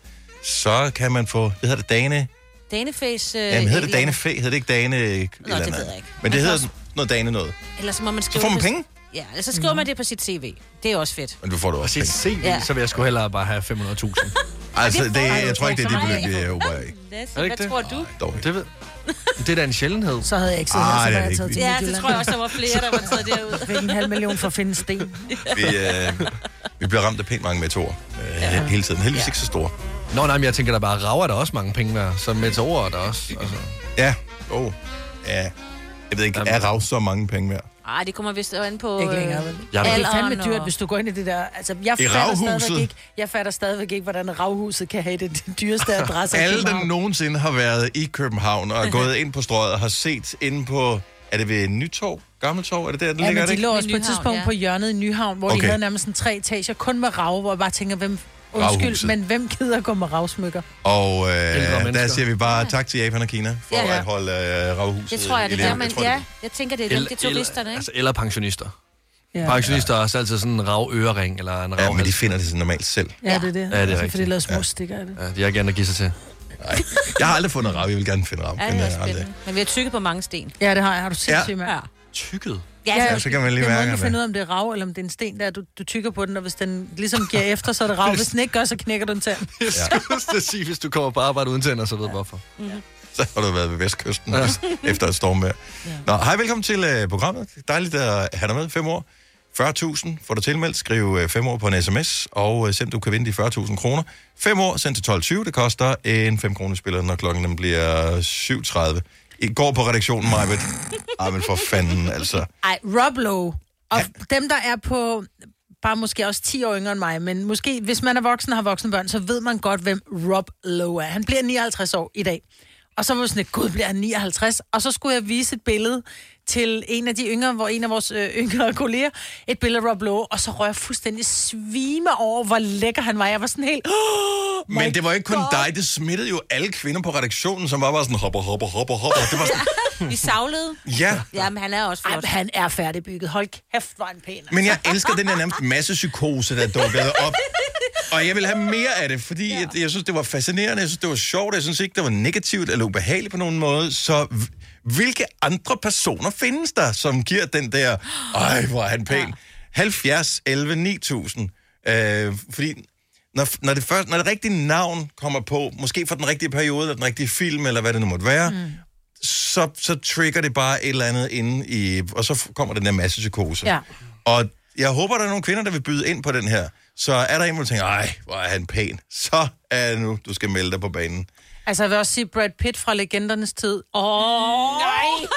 så kan man få... Det hedder det Dane... Daneface... Øh, Jamen, hedder det Danefæ? Hedder det ikke Dane... Nå, det ved jeg ikke. Men det Man hedder også... noget Dane noget. Eller så må man skrive... Så får man på... penge? Ja, eller så skriver man det på sit C V. Det er også fedt. Men du får det også penge. På sit C V, ja. Så vil jeg sgu hellere bare have fem hundrede tusind. Altså, det, det jeg tror ikke, det er de meget. beløb, vi er opererer i. Hvad, hvad det? tror du? Dog. Det, ved... det er da en sjældenhed. Så havde jeg ikke siddet Ah, her, så det var er jeg ikke taget til Ja, Midtjylland. det tror jeg også, der var flere, der var taget derud. Fik en halv million for at finde en sten. Vi, øh, vi bliver ramt af pænt mange meteorer øh, ja. hele tiden. Heldigvis ja. ikke så store. Nå, nej, men jeg tænker, der bare rager der også mange penge værd. Så meteorer er der også. Altså. Ja. Oh. Ja. Jeg ved ikke, er rav så mange penge værd? Ej, det kommer vist an på... Ikke længere, vel? Jeg Det ved. er fandme dyrt, hvis du går ind i det der... Altså, jeg I fatter ravhuset? stadigvæk ikke, jeg fatter stadigvæk ikke, hvordan ravhuset kan have det dyreste adresse. i Alle, der København. nogensinde har været i København og er gået ind på strøget og har set inde på... Er det ved Nytorv? Gammeltorv? Er det der, den Ja, ligger men det de ikke? lå også på et Nyhavn, tidspunkt ja. på hjørnet i Nyhavn, hvor Okay. de havde nærmest sådan tre etager, kun med rav, hvor jeg bare tænker, hvem... Undskyld, Ravhuset. men hvem gider gå med ravsmykker? Og øh, der mennesker. siger vi bare tak til Japan og Kina for Ja. at holde øh, ravhuset Det tror jeg, i det er der, live. man... Jeg tror, Ja, det jeg tænker, det er dem, det er turisterne, ikke? Altså, eller pensionister. Ja, Pensionister har også altid sådan en rav ørering eller en rav. Ja, men de finder det så normalt selv. ja det er det. Ja, det er altså, rigtigt. fordi de lavede små stikker af det. Ja, de har gerne at give sig til. Nej. Jeg har aldrig fundet rav. Jeg vil gerne finde rav. Ja, men det er jeg har aldrig. spændende. Men vi har tykket på mange sten. Ja, det har jeg. Har du sindssygt med? Ja. Tykket? Ja, Ja, Ja, så kan man lige det er mærke måden, du det. finder ud af, om det er rav, eller om det er en sten, der du, du tykker på den, og hvis den ligesom giver efter, så er det rav. Hvis den ikke gør, så knækker du en tand. Jeg skulle ja. sige, hvis du kommer på arbejde uden tænder, så ved du hvorfor. Mm-hmm. Så har du været ved Vestkysten ja. efter et stormvejr. Ja. Nå, hej, velkommen til uh, programmet. Dejligt at have dig med. Fem år. fyrre tusind får du tilmeldt. Skriv uh, fem år på en sms, og uh, se om du kan vinde de fyrre tusind kroner. Fem år sendt til tolv tyve. Det koster en fem kroner spiller, når klokken den bliver syv tredive. I går på redaktionen, Majbet. Ej, men for fanden, altså. Ej, Rob Lowe. Og ja. Dem, der er på bare måske også ti år yngre end mig, men måske, hvis man er voksen og har voksne børn, så ved man godt, hvem Rob Lowe er. Han bliver nioghalvtreds år i dag. Og så var jeg sådan et, gud, bliver han nioghalvtreds? Og så skulle jeg vise et billede til en af de yngre, hvor en af vores øh, yngre kolleger, et billede af Rob Lowe, og så røg jeg fuldstændig svime over, hvor lækker han var. Jeg var sådan helt... Oh, men det var ikke kun God. dig, det smittede jo alle kvinder på redaktionen, som var bare sådan hopper, hopper, hopper, hopper. Det var sådan... Vi savlede. Ja. Ja, men han er også flot. Ej, han er færdigbygget. Hold kæft, hvor en pæn. Altså. Men jeg elsker den der nærmest massepsykose, der dukkede op. Og jeg vil have mere af det, fordi ja. jeg, jeg synes, det var fascinerende, jeg synes, det var sjovt, jeg synes ikke, det var negativt eller ubehageligt på nogen måde. Så hvilke andre personer findes der, som giver den der, ej, hvor er han pæn, ja. halvfjerds elleve ni tusind. Øh, fordi når, når, det først, når det rigtige navn kommer på, måske for den rigtige periode, eller den rigtige film, eller hvad det nu måtte være, mm. så, så trigger det bare et eller andet inde i, og så kommer den der massepsykose. Ja. Og jeg håber, der er nogle kvinder, der vil byde ind på den her. Så er der en, der tænker, ej, hvor er han pæn. Så er det nu, du skal melde dig på banen. Altså, jeg vil også sige Brad Pitt fra Legendernes tid. Åh, oh, nej!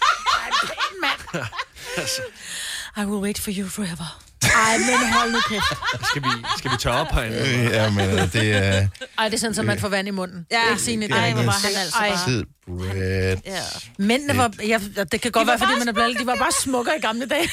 Pæn mand. I will wait for you forever. Ej, men hold nu kæft. Skal vi, skal vi tørre op herinde? Ja, men det er... Uh... Ej, det er sådan, så man får vand i munden. Ja, det er ikke sige, det ej, er hvor var han altså bare. Tid, Brad. Ja. Mændene var... Ja, det kan godt være, fordi man er blevet... De var bare smukkere i gamle dage.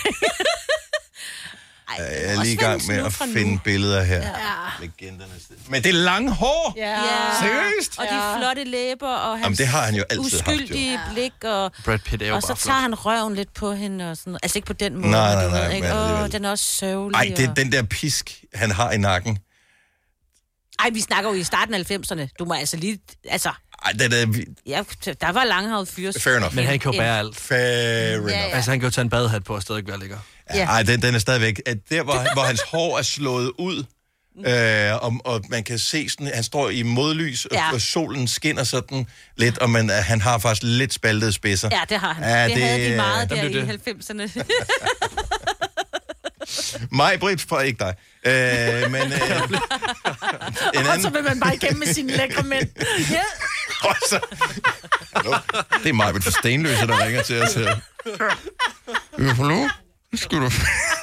Ej, jeg er lige i gang med at finde nu. billeder her. Ja. Legendernes. Men det er lange hår! Ja. Seriøst? Og de flotte læber, og hans Jamen, det har han jo altid uskyldige haft, jo. blik. Og, Brad Pitt er jo og så bare tager flot. han røven lidt på hende. Og sådan, altså ikke på den måde, Nej, nej, du nej, ved, ikke? men Åh, alligevel. den er også sørgelig. Ej, det er og... den der pisk, han har i nakken. Ej, vi snakker jo i starten af halvfemserne. Du må altså lige... Altså, Ej, det er... ja, der var langhavet fyrs. Fair enough. Men han kan jo bære alt. Fair enough. Ja, ja. Altså, han kan jo tage en badehat på og stadig være lækker. Ja. Ej, den, den er stadigvæk... At der, hvor, hvor hans hår er slået ud, Øh, og, og man kan se sådan, han står i modlys, ja. og solen skinner sådan lidt, og man, han har faktisk lidt spaltede spidser. Ja, det har han. Ja, det, det havde de meget der der det. i halvfemserne. Mig, Britt, for ikke dig. Øh, men... Øh, en anden... Og så vil man bare igennem med sine lækre mænd. Ja. Og så... Nå, det er mig, Britt, for Stenløse, der ringer til os her. Hallo? Skal du...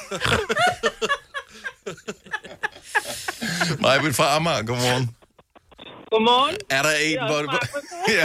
Majbet fra Amager, godmorgen. Godmorgen. Er der en, hvor du... Ja.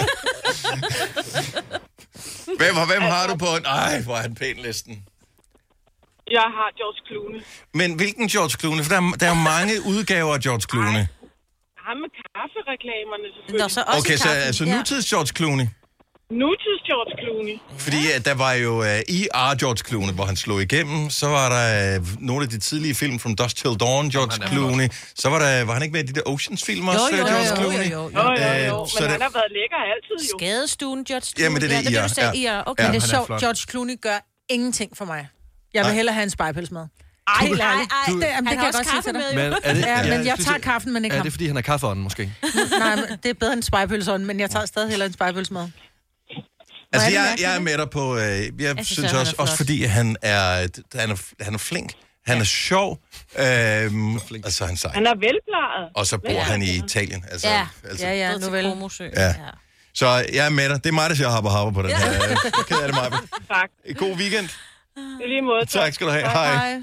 Hvem, hvem har du på en... Ej, hvor er han pæn listen. Jeg har George Clooney. Men hvilken George Clooney? For der er, der er mange udgaver af George Clooney. Ham med kaffereklamerne, selvfølgelig. Nå, så også okay, så altså nutids George Clooney? Nutids George Clooney. Fordi ja, der var jo uh, I R George Clooney, hvor han slog igennem. Så var der uh, nogle af de tidlige film, From Dusk Till Dawn, George Clooney. Så var der, var han ikke med i de der Oceans-film også, jo, jo, George jo, Clooney? Jo, jo, jo. jo, jo, jo. Men det... han har været lækker altid, jo. Skadestuen, George Clooney. Jamen, det er det, ja, I R. det, du sagde, I R. Okay. Ja, det er sjovt, George Clooney gør ingenting for mig. Jeg vil Ej. hellere have en spejpels med. Ej, nej, ej. Det, jamen, det kan jeg godt sige til dig. Men, er det, ja, men jeg tager det, kaffen, men ikke Er ham. det, fordi han er kaffeånden, måske? Nej, men det er bedre end spejpølsånden, men jeg tager stadig hellere en spejpøls med. Altså, jeg, jeg er med dig på... Øh, jeg, jeg synes, synes også, også fordi han er, han er, han er flink. Han er sjov. Øhm, altså, han er sej. Han er velplejet. Og så bor ja, han i Italien. Altså, ja, altså, ja, ja, nu vel. Ja. Så jeg er med dig. Det er mig, der siger hopper hopper på den ja. her. Jeg ked af det, Maja. Tak. God weekend. I lige måde. Tak skal du have. Hej. Hej.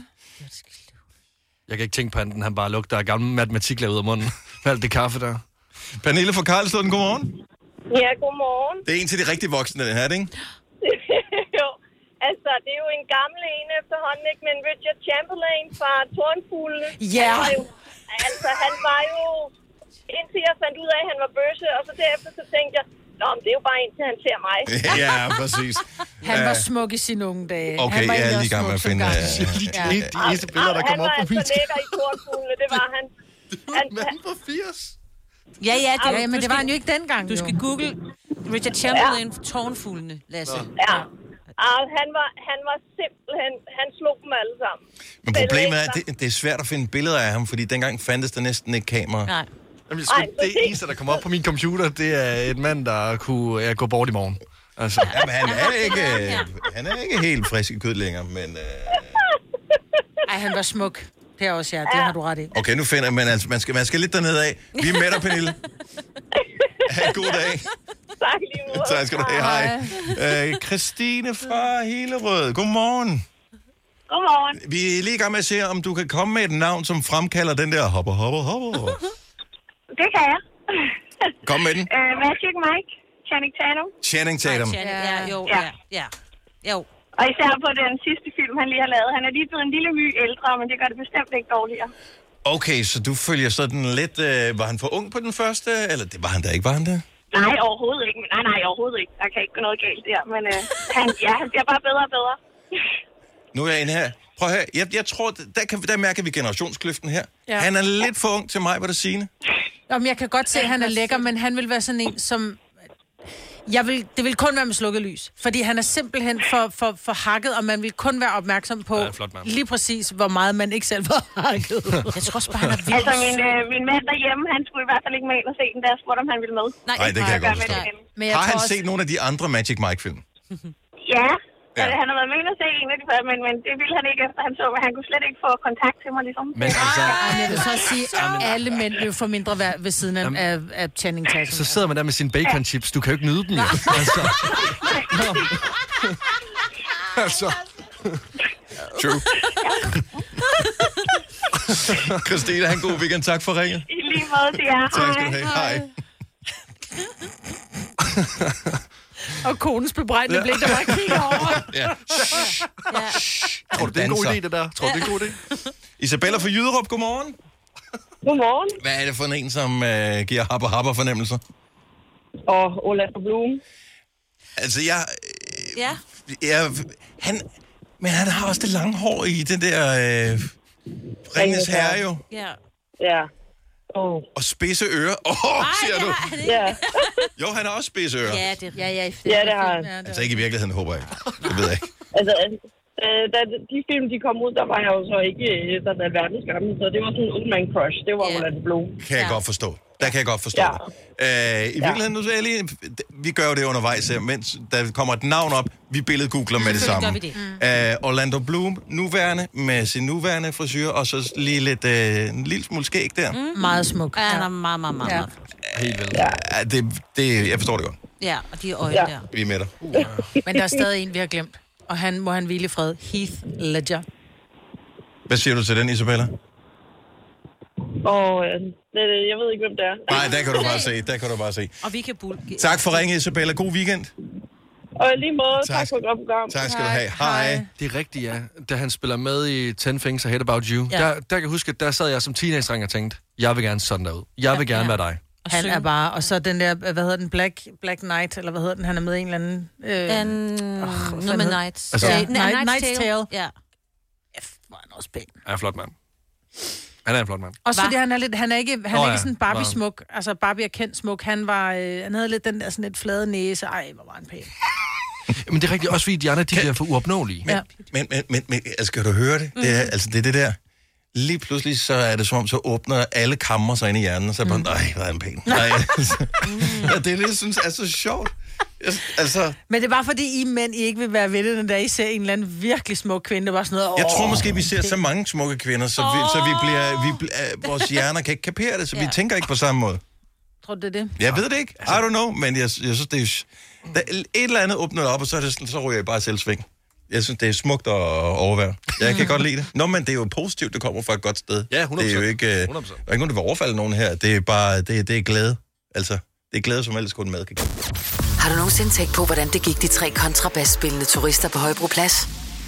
Jeg kan ikke tænke på, at han bare lugter af gammel matematiklærer ud af munden. Med alt det kaffe der. Pernille fra Karlslund, godmorgen. Ja, godmorgen. Det er en til de rigtig voksne, den her, ikke? Jo, altså, det er jo en gammel en efterhånden, ikke? Men Richard Chamberlain fra Tårnfuglene. Ja. Han jo, altså, han var jo... Indtil jeg fandt ud af, at han var bøsse, og så derefter så tænkte jeg, nå, men det er jo bare indtil han ser mig. Ja, præcis. Han var smuk i sine unge dage. Okay, han var jeg er lige i gang med at finde... Ja. Ja. De eneste billeder, der kommer op på min... Han var altså lækker i Tårnfuglene, det var han. Han, han var firs. Ja, ja, det, ja, men det var han jo ikke dengang. Du skal google Richard Chamberlain ja. Tårnfuglene, Lasse. Ja. Og han var, han var simpelthen... Han slog dem alle sammen. Men problemet er, at det, det er svært at finde billeder af ham, fordi dengang fandtes der næsten ikke kamera. Nej. Jamen, sgu, det eneste, der kommer op på min computer, det er et mand, der kunne ja, gå bort i morgen. Altså. Jamen, han er ikke, han er ikke helt frisk i kød længere, men... Øh... Ej, han var smuk. Det er også ja, det har du ret i. Okay, nu finder man altså, man skal, man skal lidt dernede af. Vi er med dig, Pernille. Ha' en god dag. Tak lige måde. Tak skal du have. Hej. Øh, Christine fra Hillerød. Godmorgen. Godmorgen. Vi er lige i gang med at se, om du kan komme med et navn, som fremkalder den der hopper, hopper, hopper. Det kan jeg. Kom med den. Uh, Magic Mike. Channing Tatum. Channing Tatum. Ja, jo, ja, ja. Jo. Og især på den sidste film, han lige har lavet. Han er lige blevet en lille my ældre, men det gør det bestemt ikke dårligere. Okay, så du følger sådan lidt... Øh, var han for ung på den første? Eller det var han da ikke, var han det? Nej, overhovedet ikke. Nej, nej, overhovedet ikke. Der kan ikke gå noget galt der. Men øh, han, ja, han bliver bare bedre og bedre. Nu er jeg inde her. Prøv at høre. Jeg, jeg tror, der, kan, der mærker vi generationskløften her. Ja. Han er lidt for ung til mig, hvad der siger. Jamen, jeg kan godt se, at han er lækker, men han vil være sådan en, som... Jeg vil, det vil kun være med slukket lys, fordi han er simpelthen for, for, for hakket, og man vil kun være opmærksom på ja, flot, lige præcis, hvor meget man ikke selv var hakket. Jeg tror også bare, han er vildt. Altså, min, øh, min mand derhjemme, han skulle i hvert fald ikke med ind og se den, da jeg spurgte, om han ville med. Nej, Nej det kan jeg godt forstå. Men jeg Har han også... set nogle af de andre Magic Mike-film? Ja, ja. Han har været med ind og se en af de før, men, men det ville han ikke, efter han så, men han kunne slet ikke få kontakt til mig, ligesom. Men altså... Ja, jeg vil så sige, at alle mænd vil få mindre værd ved siden af, af, af Channing Tatum. Så sidder man der med sine bacon chips. Du kan jo ikke nyde dem, jo. Altså... altså... True. Christine, have en god weekend. Tak for ringet. I lige måde til jer. Tak skal du have. Hej. Og konens bebrejdende ja. blik, der bare kigger over. Ja. ja. Tror du, det er en god idé, det der? Tror du, det er en god idé? Isabella fra Jyderup, godmorgen. Godmorgen. Hvad er det for en, som øh, giver happer-happer-fornemmelser? Og Orlando Bloom. Altså, jeg... Øh, ja. Jeg, han, men han har også det lange hår i den der... Øh, Ringens Herre, jo. Ja. Ja. Oh. Og spidse ører. Åh, oh, siger ja, du? Ja. Jo, han har også spidse ører. Ja, det, ja, ja, det, ja, det har han. Altså ikke i virkeligheden, håber jeg ikke. Det ved jeg ikke. Altså, Øh, da de film, de kom ud, der var jeg jo så ikke øh, sådan en verdensgammel, så det var sådan en old man crush. Det var yeah. Orlando Bloom. Kan jeg ja. godt forstå. Der kan jeg godt forstå ja. det. Øh, I virkeligheden, nu så jeg lige, vi gør jo det undervejs her, mens der kommer et navn op, vi billedgoogler med det samme. Det. Mm. Uh, Orlando Bloom, nuværende, med sin nuværende frisyr, og så lige lidt, uh, en lille smule skæg der. Mm. Meget smuk. Ja, han er meget, meget, meget, ja. meget helt vildt. Ja, det, det, jeg forstår det godt. Ja, og de øjne ja. der. Vi er med dig. Ja. Men der er stadig en, vi har glemt. Og han må han hvile i fred. Heath Ledger. Hvad siger du til den, Isabella? Og øh, jeg ved ikke, hvem det er. Nej, der kan du bare se. Der kan du bare se. Og vi kan bulge. Tak for ringen, Isabella. God weekend. Og lige måde, tak, tak for et godt program. Tak skal du have. Hej. Det er rigtigt, ja. Da han spiller med i ten Things I Hate About You, ja. der, der kan jeg huske, at der sad jeg som teenage-dreng og tænkte, jeg vil gerne sådan derud. Jeg vil ja, gerne ja. være dig. Og han er bare, og så den der, hvad hedder den, Black, Black Knight, eller hvad hedder den, han er med i en eller anden... Øh, en... Oh, noget med Knights. Altså, ja, Night, Night's Tale. Ja. F, var han også pæn. Han er flot mand. Han er en flot mand. Også fordi han er lidt, han er ikke, han oh, er ja. ikke sådan Barbie-smuk. Altså Barbie er kendt smuk. Han var, øh, han havde lidt den der sådan lidt flade næse. Ej, hvor var han pæn. Men det er rigtigt også, fordi de andre, de bliver for uopnåelige. Men, ja. men, men, men, men altså, kan du høre det? Det er, altså, det er det der... Lige pludselig, så er det som om, så åbner alle kammer sig ind i hjernen, og så er mm. bare, nej, hvor er han pæn. Nej, altså, ja, det er det, jeg synes er så sjovt. Altså... Men det er bare fordi, I mænd I ikke vil være ved det, når I ser en eller anden virkelig smuk kvinde, der bare sådan noget... Jeg tror måske, vi ser så mange smukke kvinder, så vi, så vi bliver... Vi bliver vores hjerner kan ikke kapere det, så ja. vi tænker ikke på samme måde. Tror du, det er det? Jeg ved det ikke. I don't know, men jeg, jeg synes, det er... Der er et eller andet åbnet op, og så, er det, så ryger jeg bare selv sving. Jeg synes, det er smukt at overvære. Jeg kan godt lide det. Nå, men det er jo positivt, det kommer fra et godt sted. Ja, hundrede procent. Det er jo ikke... Uh, der er ikke nogen, der vil overfalde nogen her. Det er bare... Det, det er glæde. Altså, det er glæde, som ellers kun mad kan give. Har du nogensinde tænkt på, hvordan det gik de tre kontrabasspillende turister på Højbroplads?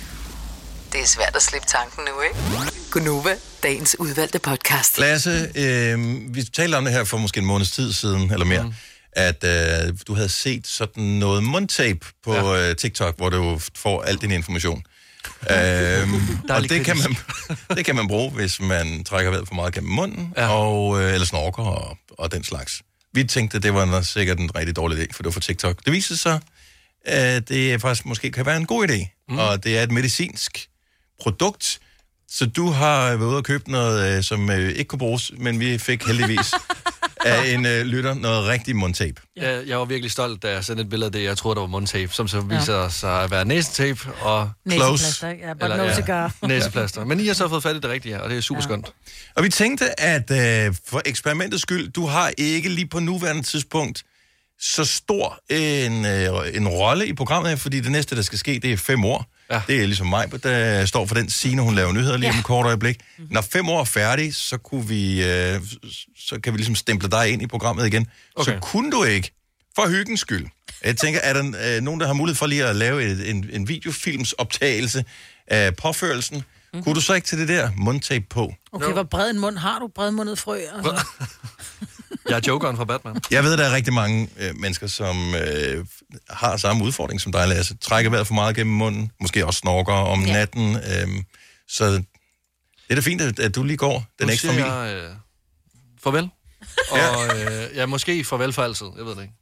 Det er svært at slippe tanken nu, ikke? Gunova, dagens udvalgte podcast. Lasse, øh, vi talte om det her for måske en måneds tid siden, eller mere. Mm. At øh, du havde set sådan noget mundtape på ja. øh, TikTok, hvor du får al din information. øhm, og det kan, man, det kan man bruge, hvis man trækker vejret for meget gennem munden, ja. og, øh, eller snorker og, og den slags. Vi tænkte, det var sikkert en rigtig dårlig idé, for det var for TikTok. Det viser sig, at det faktisk måske kan være en god idé, mm. og det er et medicinsk produkt, så du har været ude og købt noget, som øh, ikke kunne bruges, men vi fik heldigvis af en øh, lytter noget rigtig mundtape. Ja, jeg var virkelig stolt, da jeg sendte et billede af det, jeg troede, der var mundtape, som så viser ja. sig at være næsetape og close. Ja, bare eller, ja, næseplaster. Men I har så fået fat i det rigtige her, og det er super ja. skønt. Og vi tænkte, at øh, for eksperimentets skyld, du har ikke lige på nuværende tidspunkt så stor en, øh, en rolle i programmet her, fordi det næste, der skal ske, det er fem år. Ja. Det er ligesom mig, der står for den Signe, hun laver nyheder lige ja. om et kort øjeblik. Mm-hmm. Når fem år er færdige, så, kunne vi, øh, så kan vi ligesom stemple dig ind i programmet igen. Okay. Så kunne du ikke, for hyggens skyld. Jeg tænker, er der øh, nogen, der har mulighed for lige at lave et, en, en videofilmsoptagelse af påførelsen? Mm-hmm. Kunne du så ikke til det der mundtape på? Okay, no. Hvor bred en mund har du? Bredmundet frø? Altså. Jeg er jokeren fra Batman. Jeg ved, der er rigtig mange øh, mennesker, som øh, har samme udfordring som dig, Lasse. Trækker vejret for meget gennem munden. Måske også snorker om ja. natten. Øh, så det er da fint, at, at du lige går den nu ekstra mil. Jeg, øh, farvel. Og øh, ja, måske farvel for altid. Jeg ved det ikke.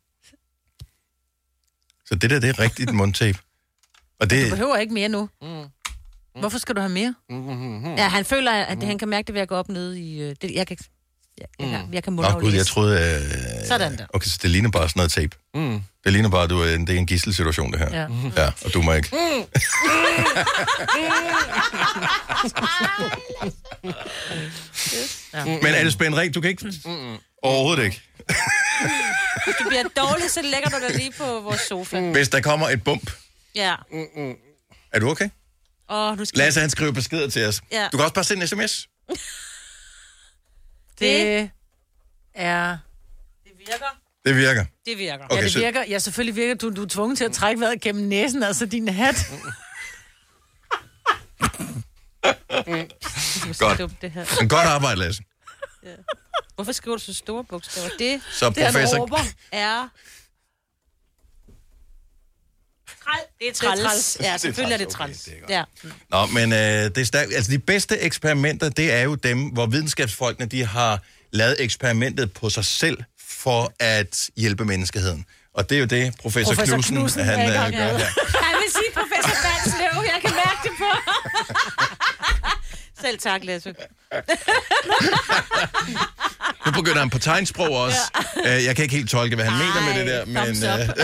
Så det der, det er rigtigt mundtape. Og det... Du behøver ikke mere nu. Mm. Hvorfor skal du have mere? Mm-hmm. Ja, han føler, at det, han kan mærke det ved at gå op ned i... Øh, det, jeg kan Jeg, jeg, jeg kan Nå gud, jeg troede... Øh, Sådan der. Okay, så det ligner bare sådan noget tape. Mm. Det ligner bare, at du er en, det er en gisselsituation, det her. Ja. Mm. Ja, og du må ikke. Mm. ja. Men er det spændende? Du kan ikke... Mm. Overhovedet ikke. Hvis du bliver dårlig, så lægger du dig lige på vores sofa. Hvis der kommer et bump. Ja. Mm-mm. Er du okay? Oh, nu skal Lasse, han skriver beskeder til os. Ja. Du kan også bare sende en sms. Det er... Det virker. Det virker. Det virker. Okay, ja, det virker. Ja, selvfølgelig virker du. Du er tvunget til at trække vejret gennem næsen, altså din hat. Godt. Det her. En godt arbejde, Lasse. Ja. Hvorfor skriver du så store bogstaver? Det, så det professor... er... Det er træls. Det er træls. Ja, selvfølgelig er det træls. Okay, ja. Nå, men øh, det er stærkt. Altså, de bedste eksperimenter, det er jo dem, hvor videnskabsfolkene, de har lavet eksperimentet på sig selv for at hjælpe menneskeheden. Og det er jo det, professor, Professor Knudsen, Knudsen han er i øh, gør gang med. her. Jeg vil sige professor Balslev, jeg kan mærke det på. Selv tak, Lasse. Nu begynder han på tegnsprog også. Ja. Jeg kan ikke helt tolke, hvad han Ej, mener med det der, men... Øh...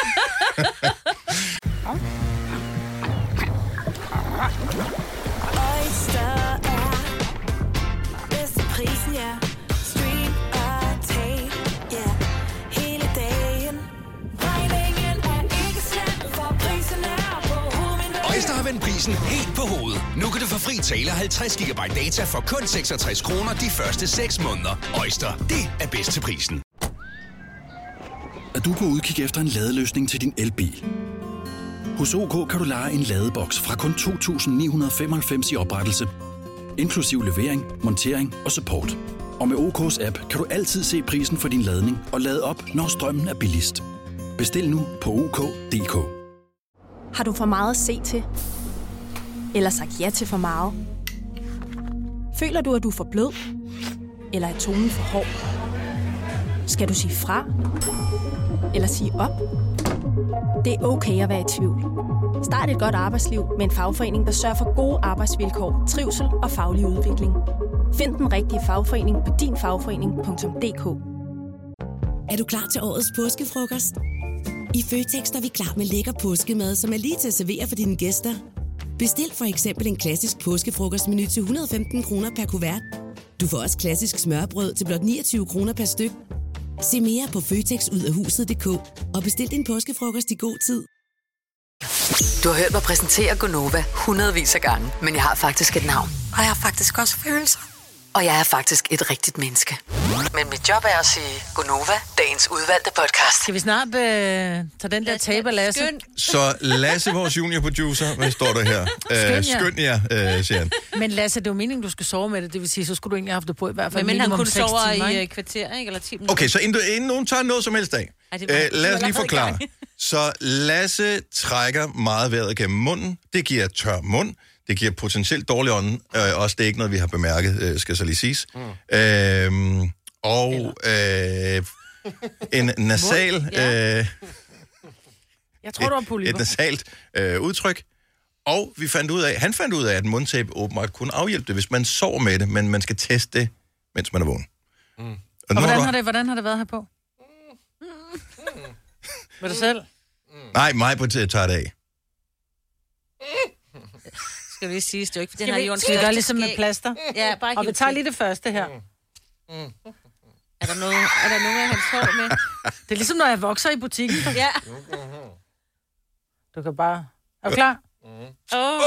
Oyster er bedst til prisen, ja. Stream og tag, ja. Hele dagen. Regningen er ikke slem, for prisen er på hovedet. Oyster har vendt prisen helt på hovedet. Nu kan du få fri tale halvtreds gigabyte data for kun seksogtres kroner de første seks måneder. Oyster, det er bedst til prisen. Er du på udkig efter en ladeløsning til din elbil? Hos O K kan du leje en ladeboks fra kun to tusind ni hundrede femoghalvfems i oprettelse, inklusiv levering, montering og support. Og med O K's app kan du altid se prisen for din ladning og lade op, når strømmen er billigst. Bestil nu på O K punktum D K. Har du for meget at se til? Eller sagt ja til for meget? Føler du, at du er for blød? Eller er tonen for hård? Skal du sige fra? Eller sige op? Det er okay at være i tvivl. Start et godt arbejdsliv med en fagforening, der sørger for gode arbejdsvilkår, trivsel og faglig udvikling. Find den rigtige fagforening på din fagforening punktum d k. Er du klar til årets påskefrokost? I Føtex er vi klar med lækker påskemad, som er lige til at servere for dine gæster. Bestil for eksempel en klassisk påskefrokostmenu til et hundrede og femten kroner per kuvert. Du får også klassisk smørbrød til blot niogtyve kroner per styk. Se mere på føtexudafhuset punktum d k og bestil din påskefrokost i god tid. Du har hørt mig præsentere Gonova hundredvis af gange, men jeg har faktisk et navn. Og jeg har faktisk også følelser. Og jeg er faktisk et rigtigt menneske. Men mit job er at sige Gonova, dagens udvalgte podcast. Skal vi snart øh, tage den der tape af Lasse? Så Lasse, vores juniorproducer, hvad står der her? Skøn, ja. Skøn, ja, øh, siger han. Men Lasse, det er jo meningen, du skal sove med det. Det vil sige, så skulle du egentlig have haft det på i hvert fald. Men han minimum kunne seks sove timer, i ikke? øh, kvarter, ikke? Eller ti minutter. Okay, så inden, inden nogen tager noget som helst af, Ej, det var- øh, lad os du er lige forklare. allerede i Så Lasse trækker meget vejret gennem munden. Det giver tør mund. Det giver potentielt dårlig ånd. Øh, også det er ikke noget, vi har bemærket, øh, skal så lige siges. Mm. Øhm, og øh, en nasal... Øh, Jeg tror, du har et polyper. nasalt øh, udtryk. Og vi fandt ud af, han fandt ud af, at mundtape åbenbart kunne afhjælpe det, hvis man sover med det, men man skal teste det, mens man er vågen. Mm. Og, Og nu hvordan du... har, det, hvordan har det været her på? Med dig selv? Nej, mig på til at tage det af. Skal vi lige sige, det er jo ikke, fordi Skal han har vi, Jons skal vi gøre største ligesom med skæg. plaster? Ja, bare Og vi hiv tager til. lige det første her. Er der noget, er der nogen af hans hår med? Det er ligesom, når jeg vokser i butikken. Ja. Du kan bare... Er du klar? Åh, oh,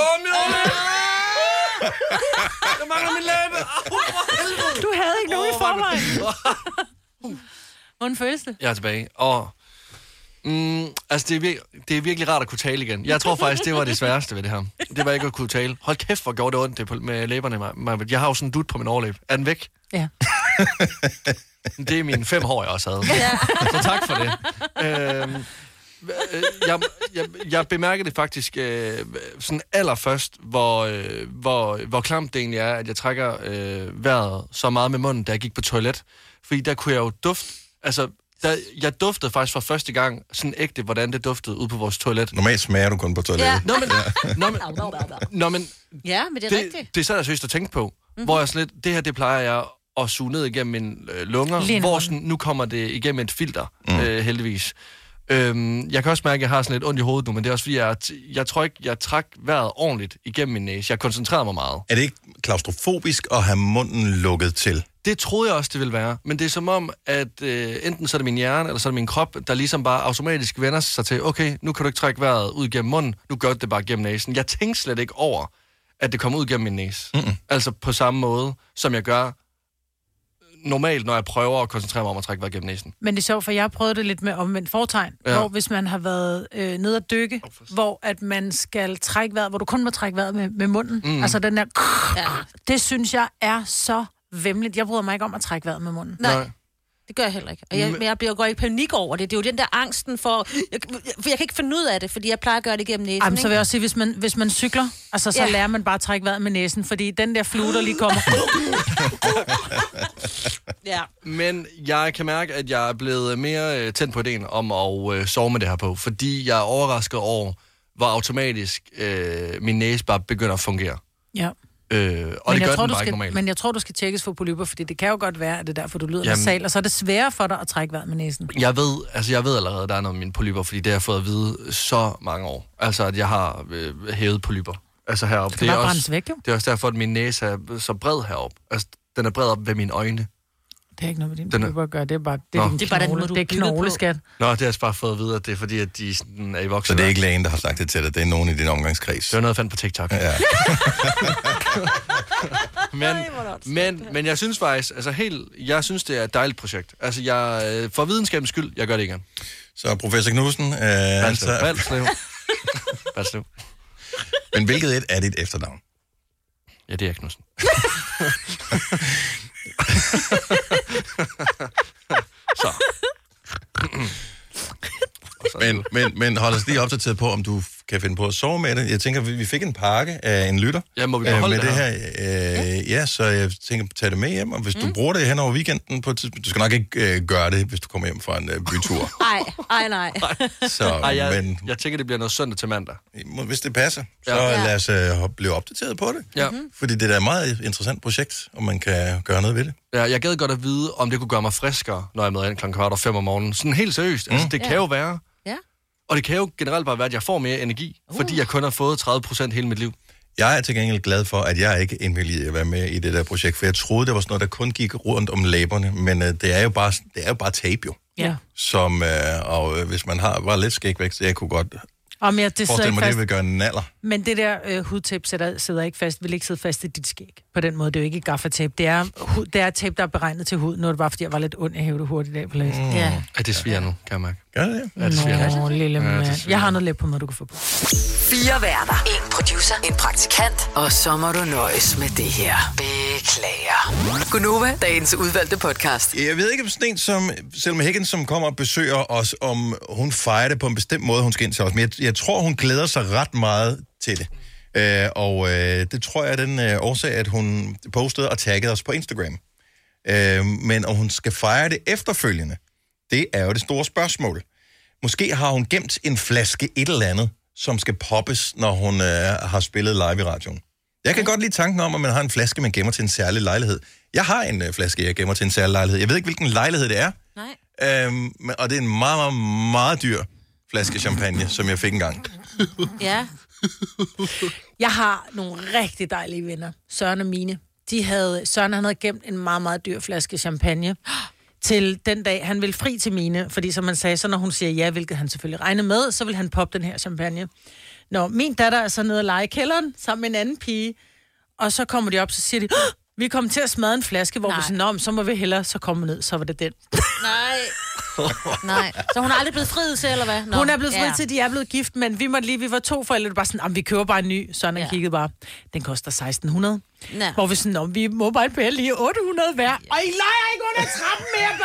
jeg mangler min læbe. Du havde ikke nogen i forvejen. Hvordan føles det? Jeg er tilbage. Og, mm, altså, det er, vir- det er virkelig rart at kunne tale igen. Jeg tror faktisk, det var det sværeste ved det her. Det var ikke at kunne tale. Hold kæft, hvor gjorde det ondt det på, med læberne. Mig. Jeg har jo sådan en dut på min overlæb. Er den væk? Ja. Det er mine fem hår, jeg også havde. Ja. Så tak for det. Øhm, øh, jeg, jeg, jeg bemærkede det faktisk øh, sådan allerførst, hvor, øh, hvor, hvor klamt det egentlig er, at jeg trækker øh, vejret så meget med munden, da jeg gik på toilet. Fordi der kunne jeg jo dufte... Altså, der, jeg duftede faktisk for første gang sådan ægte, hvordan det duftede ude på vores toilet. Normalt smager du kun på toilettet. Ja. Nå, men, nå, men, nå, men Ja, men det er det, rigtigt. det er så jeg synes at tænke på, mm-hmm. hvor jeg sådan lidt, det her, det plejer jeg at suge ned igennem mine øh, lunger, Lige hvor nu. sådan, nu kommer det igennem et filter, mm. øh, heldigvis. Øhm, jeg kan også mærke, at jeg har sådan lidt ondt i hovedet nu, men det er også fordi, jeg, jeg tror ikke, jeg trak vejret ordentligt igennem min næse. Jeg koncentrerede mig meget. Er det ikke klaustrofobisk at have munden lukket til? Det troede jeg også, det ville være. Men det er som om, at øh, enten så er det min hjerne, eller så er det min krop, der ligesom bare automatisk vender sig til, okay, nu kan du ikke trække vejret ud gennem munden, nu gør det bare gennem næsen. Jeg tænkte slet ikke over, at det kommer ud gennem min næse. Mm-mm. Altså på samme måde, som jeg gør normalt, når jeg prøver at koncentrere mig om at trække vejret gennem næsen. Men det er sjovt, for jeg prøvede det lidt med omvendt fortegn, Ja. ja. hvor hvis man har været øh, nede at dykke, hvor at man skal trække vejret, hvor du kun må trække vejret med, med munden. Mm. Mm. Altså den der... Ja. Det synes jeg er så vemmeligt. Jeg bryder mig ikke om at trække vejret med munden. Nej. Det gør jeg heller ikke. Og jeg, Men- men jeg bliver går i panik over det. Det er jo den der angsten for... Jeg, for jeg kan ikke finde ud af det, fordi jeg plejer at gøre det gennem næsen. Jamen, så vil ikke? jeg også sige, hvis man, hvis man cykler, altså, så Ja. ja. lærer man bare at trække vejret med næsen, fordi den der flue, der lige kommer... Ja. Men jeg kan mærke, at jeg er blevet mere øh, tændt på ideen om at øh, sove med det her på, fordi jeg er overrasket over, hvor automatisk øh, min næse bare begynder at fungere. Ja. Øh, og men det gør tror, den bare skal, ikke normalt. Men jeg tror, du skal tjekkes for polypper, fordi det kan jo godt være, at det er derfor, du lyder Jamen, nasal, og så er det sværere for dig at trække vejret med næsen. Jeg ved, altså jeg ved allerede, at der er noget med mine polypper, fordi det har jeg fået at vide så mange år. Altså, at jeg har øh, hævet polypper. Altså heroppe. Det kan det er bare også, brændes væk, jo. Det er også derfor, at min næse er så bred heroppe. Altså, den er bred op ved mine øjne. Det er ikke noget med dine Den er- polypper at gøre, det er bare det er, Nå. din Det er bare den knogle. måde, du det er er bygget på. knogleskat. Nå, det har jeg bare fået at vide, at det er fordi, at de sådan er i voksen. Så det er ikke lægen, der har sagt det til dig, det er nogen i din omgangskreds. Det er noget, jeg fandt på TikTok. Ja. men, men, men jeg synes faktisk, altså helt, jeg synes, det er et dejligt projekt. Altså, jeg, øh, for videnskabens skyld, jeg gør det igen. Så professor Knudsen... Øh, Balslev. altså- Balslev. Balslev. Men hvilket et er dit efternavn? Ja, det er Knudsen. Så. Men, men, men hold os lige opdateret på, om du kan finde på at sove med det. Jeg tænker, vi vi fik en pakke af en lytter. Ja, må vi øh, beholde med det det her. Øh, ja, så jeg tænker, tag det med hjem, og hvis mm. du bruger det hen over weekenden på et tidspunkt, du skal nok ikke øh, gøre det, hvis du kommer hjem fra en øh, bytur. Nej, ej, nej. Så, Ej, jeg, men jeg tænker, det bliver noget søndag til mandag. hvis det passer, så Ja. lad os øh, blive opdateret på det. Ja. Fordi det er da et meget interessant projekt, og man kan gøre noget ved det. Ja, jeg gad godt at vide, om det kunne gøre mig friskere, når jeg møder ind klokken kvart og fem om morgenen. Sådan helt seriøst. Altså, det Ja. kan jo være. Ja. Og det kan jo generelt bare være, at jeg får mere energi, uh. fordi jeg kun har fået tredive procent hele mit liv. Jeg er til gengæld glad for, at jeg ikke indvilligede at være med i det der projekt, for jeg troede, det var sådan noget, der kun gik rundt om læberne, men øh, det er jo bare, det er jo bare tape jo. Ja. Som, øh, og øh, hvis man har bare lidt skægvækst, så jeg kunne godt Om jeg, det sidder forestille ikke mig, det fast. vil gøre en naller. Men det der øh, hudtape sidder, sidder ikke fast, vil ikke sidde fast i dit skæg. På den måde, det er jo ikke gaffatape. Det er, hud, det er tape, der er beregnet til hud. Nu er det bare, fordi jeg var lidt ond, jeg hævde hurtigt af på læsen. Mm. Ja. Ja, det sviger nu, kan jeg mærke. Gør det? Ja, det sviger. Nå, lille Ja, det mand. sviger. Jeg har noget læb på mig, du kan få på. Fire værter. En producer. En praktikant. Og så må du nøjes med det her. Beklager. Gunova, dagens udvalgte podcast. Jeg ved ikke, om sådan en som Selma Higgins, som kommer og besøger os, om hun fejrer det på en bestemt måde, hun skal ind til os. Men jeg, jeg tror, hun glæder sig ret meget til det. Øh, og øh, det tror jeg er den øh, årsag, at hun postede og taggede os på Instagram. Øh, men om hun skal fejre det efterfølgende, det er jo det store spørgsmål. Måske har hun gemt en flaske et eller andet, som skal poppes, når hun øh, har spillet live i radioen. Jeg kan godt lide tanken om, at man har en flaske, man gemmer til en særlig lejlighed. Jeg har en øh, flaske, jeg gemmer til en særlig lejlighed. Jeg ved ikke, hvilken lejlighed det er. Nej. Øhm, men- og det er en meget, meget, meget dyr flaske champagne, som jeg fik engang. Ja. Jeg har nogle rigtig dejlige venner. Søren og Mine. De havde, Søren han havde gemt en meget, meget dyr flaske champagne til den dag, han ville fri til Mine. Fordi som man sagde, så når hun siger ja, hvilket han selvfølgelig regnede med, så vil han poppe den her champagne. Når min datter er så nede og lege i kælderen sammen med en anden pige, og så kommer de op, så siger de, "Åh, vi kommer til at smadre en flaske, hvor Nej. vi siger, nå, men så må vi hellere, så kommer ned, så var det den. Nej. Nej. Så hun er aldrig blevet friet til, eller hvad? Nå. Hun er blevet fri Ja. til, de er blevet gift, men vi måtte lige, vi var to forældre, der bare sådan, "Jamen, vi køber bare en ny." Sådan han Ja. kiggede bare, den koster seksten hundrede. Nå. Hvor vi sådan, "Nå, vi må bare bære lige otte hundrede hver." Og I leger ikke under trappen mere,